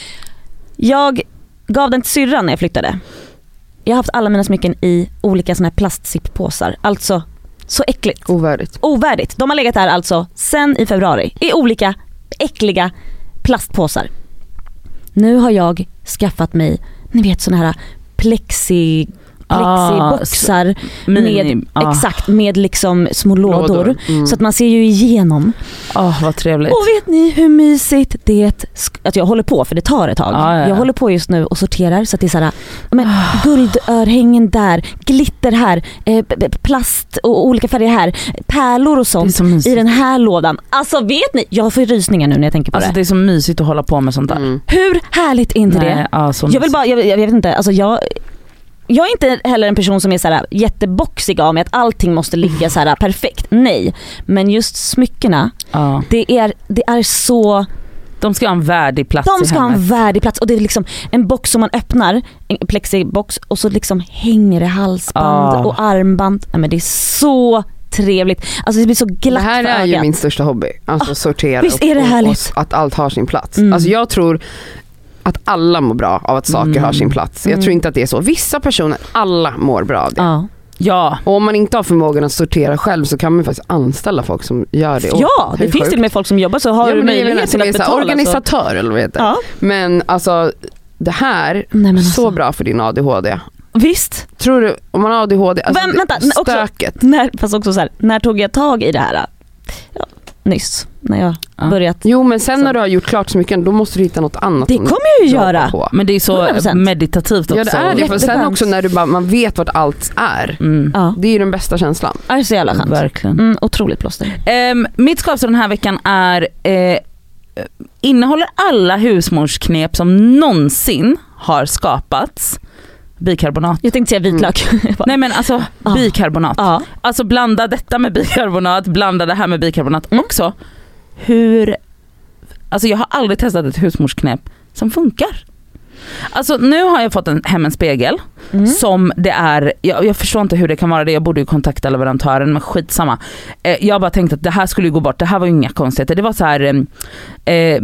Jag gav den till syrran när jag flyttade. Jag har haft alla mina smycken i olika såna här plastsippåsar. Alltså, så äckligt. Ovärdigt. Ovärdigt. De har legat där alltså sen i februari i olika äckliga plastpåsar. Nu har jag skaffat mig, ni vet såna här plexi plexiboxar ah, med ah. exakt med liksom små lådor, lådor. Mm. Så att man ser ju igenom. Åh, oh, vad trevligt. Och vet ni hur mysigt det att jag håller på, för det tar ett tag. Ah, ja, ja. Jag håller på just nu och sorterar så att det är så här, men guldörhängen där, glitter här, eh, plast och olika färger här, pärlor och sånt så i den här lådan. Alltså vet ni, jag får rysningar nu när jag tänker på alltså, det. Det är så mysigt att hålla på med sånt där. Mm. Hur härligt är inte Nej, det? Ah, jag vill bara, jag, jag vet inte, alltså jag Jag är inte heller en person som är så här jätteboxig av mig att allting måste ligga så här perfekt. Nej, men just smyckena, ja. det är det är så, de ska ha en värdig plats. De ska ha en värdig plats och det är liksom en box som man öppnar, en plexibox och så liksom hänger det halsband ja. och armband. Ja, men det är så trevligt. Alltså det blir så glatt. Det här är ju min största hobby. Alltså ah, sortera visst är det härligt? Och, och att allt har sin plats. Mm. Alltså jag tror att alla mår bra av att saker mm. har sin plats. Jag mm. tror inte att det är så. Vissa personer, alla mår bra av det. Ja. Ja. Och om man inte har förmågan att sortera själv så kan man faktiskt anställa folk som gör det. Ja, det finns till och med folk som jobbar så har ja, du möjlighet till att betala. Organisatör eller vad det heter. Ja. Men alltså det här är alltså. så bra för din A D H D. Visst. Tror du, om man har A D H D, alltså Vem, vänta, stöket. Också, när, fast också så här, när tog jag tag i det här? Ja, nyss, när jag ja. börjat. Jo, men sen så. när du har gjort klart så mycket, då måste du hitta något annat. Det kommer jag ju göra. På. Men det är så hundra procent meditativt också. Ja, det är det. För sen också när du bara, man vet vart allt är. Mm. Ja. Det är ju den bästa känslan. Det är så jävla skönt. Verkligen. Mm, otroligt plåster. Um, mitt skavsår den här veckan är eh, innehåller alla husmorsknep som någonsin har skapats. Bikarbonat. Jag tänkte säga vitlök. Mm. Nej men alltså ah. bikarbonat. Ah. Alltså blanda detta med bikarbonat, blanda det här med bikarbonat mm. också. Hur, alltså jag har aldrig testat ett husmorsknep som funkar. Alltså nu har jag fått en, hem en spegel mm. som det är, jag, jag förstår inte hur det kan vara det, jag borde ju kontakta leverantören men skitsamma. Eh, jag bara tänkte att det här skulle ju gå bort, det här var ju inga konstigheter. Det var så här eh,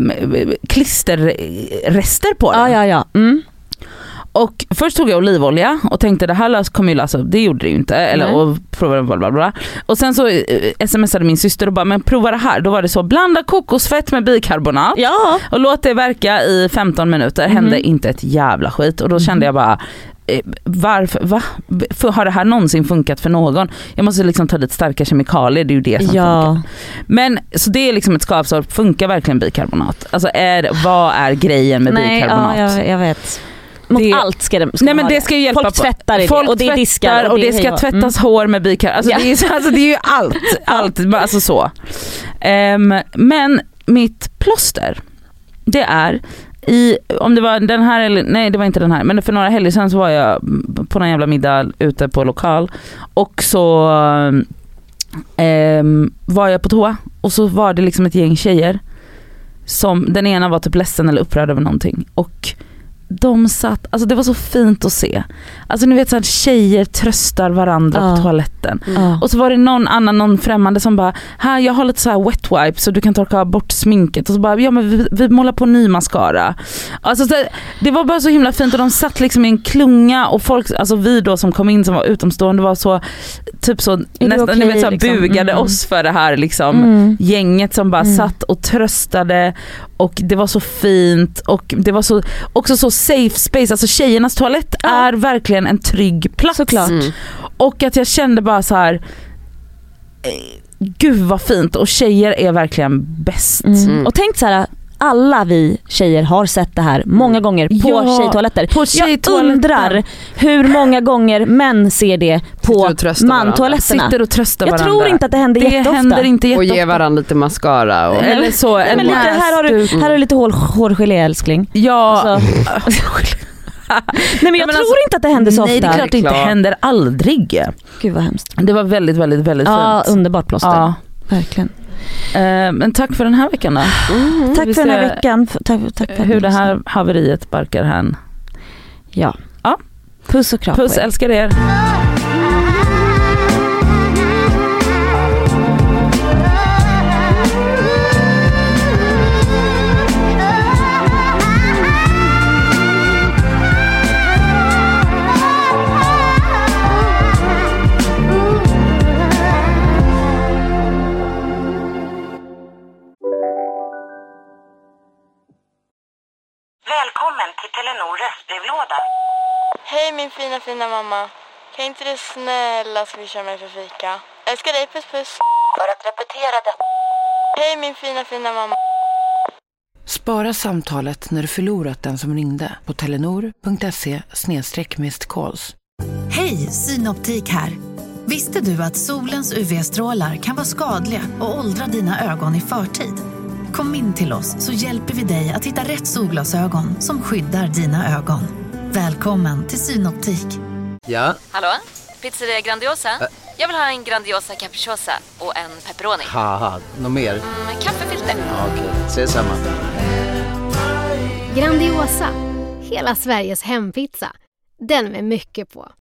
klisterrester på den. Ja, ja, ja. Mm. Och först tog jag olivolja och tänkte det här kommer ju lösa, det gjorde det ju inte. Eller, och provade bla bla bla. Och sen så eh, smsade min syster och bara, men prova det här. Då var det så, blanda kokosfett med bikarbonat. Ja. Och låt det verka i femton minuter. Mm. Hände inte ett jävla skit. Och då kände jag bara, eh, varför, va? För, har det här någonsin funkat för någon? Jag måste liksom ta dit starka kemikalier, det är ju det som ja. funkar. Men så det är liksom ett skavsår, funkar verkligen bikarbonat? Alltså är, vad är grejen med Nej, bikarbonat? Ja, jag, jag vet. Mot det, allt ska det, ska nej men det ska ju hjälpa. Folk tvättar folk det och det är diskar och, och det, det ska tvättas mm. hår med bikarbonat. Alltså, ja. det, alltså det är ju allt, allt alltså så. Um, men mitt plåster, det är i, om det var den här eller nej det var inte den här, men för några helger sedan så var jag på någon jävla middag ute på lokal och så um, var jag på toa och så var det liksom ett gäng tjejer som den ena var typ ledsen eller upprörd över någonting och de satt, alltså det var så fint att se. Alltså ni vet så att tjejer tröstar varandra ja. på toaletten. Mm. Och så var det någon annan, någon främmande som bara, här jag har lite så här wet wipe så du kan torka bort sminket. Och så bara, ja men vi, vi målar på ny mascara. Alltså så, det var bara så himla fint och de satt liksom i en klunga och folk, alltså vi då som kom in som var utomstående var så typ så Är det nästan okej, ni vet, så här, liksom? bugade Mm. oss för det här liksom, Mm. gänget som bara Mm. satt och tröstade och det var så fint och det var så, också så safe space, alltså tjejernas toalett Ja. är verkligen en trygg plats. Såklart. Mm. Och att jag kände bara så här, eh, gud vad fint, och tjejer är verkligen bäst. Mm. Mm. Och tänk så här, alla vi tjejer har sett det här många gånger på Ja, tjejtoaletter. på Jag tjejtoaletten. undrar hur många gånger män ser det Sitter på och tröstar mantoaletterna. Sitter och tröstar Jag varandra. tror inte att det händer det jätteofta. händer inte Och jätteofta. ge varandra lite mascara. Och, Eller så, Nej, en men lite, här har du, näsduk. här har du lite hår, hårgelé älskling. Ja. Alltså. Nej men jag men tror alltså, inte att det händer så nej, ofta. det är klart det inte Klart. händer aldrig. Gud vad hemskt. Det var väldigt, väldigt, väldigt Ja, fint. underbart plåster. Ja. Verkligen. Eh, men tack för den här veckan då. Mm. Tack vi för den här ser veckan. F- Tack, tack för att Hur ni det här lyssnade. haveriet barkar hän. Ja. Ja. Puss och kram på Puss, er. älskar er. Välkommen till Telenor röstbrevlåda. Hej min fina fina mamma. Kan inte du snälla swisha mig för fika? Älskar dig, puss puss. För att repetera det. Hej min fina fina mamma. Spara samtalet när du förlorat den som ringde på telenor.se snedstreck missed calls. Hej, Synoptik här. Visste du att solens U V-strålar kan vara skadliga och åldra dina ögon i förtid? Kom in till oss så hjälper vi dig att hitta rätt solglasögon som skyddar dina ögon. Välkommen till Synoptik. Ja, Hallå? Pizzeria Grandiosa? Jag vill ha en Grandiosa capriciosa och en pepperoni. haha, något mer? Mm, kaffefilter. Ja, okej, ses samma. Grandiosa, hela Sveriges hempizza. Den med mycket på.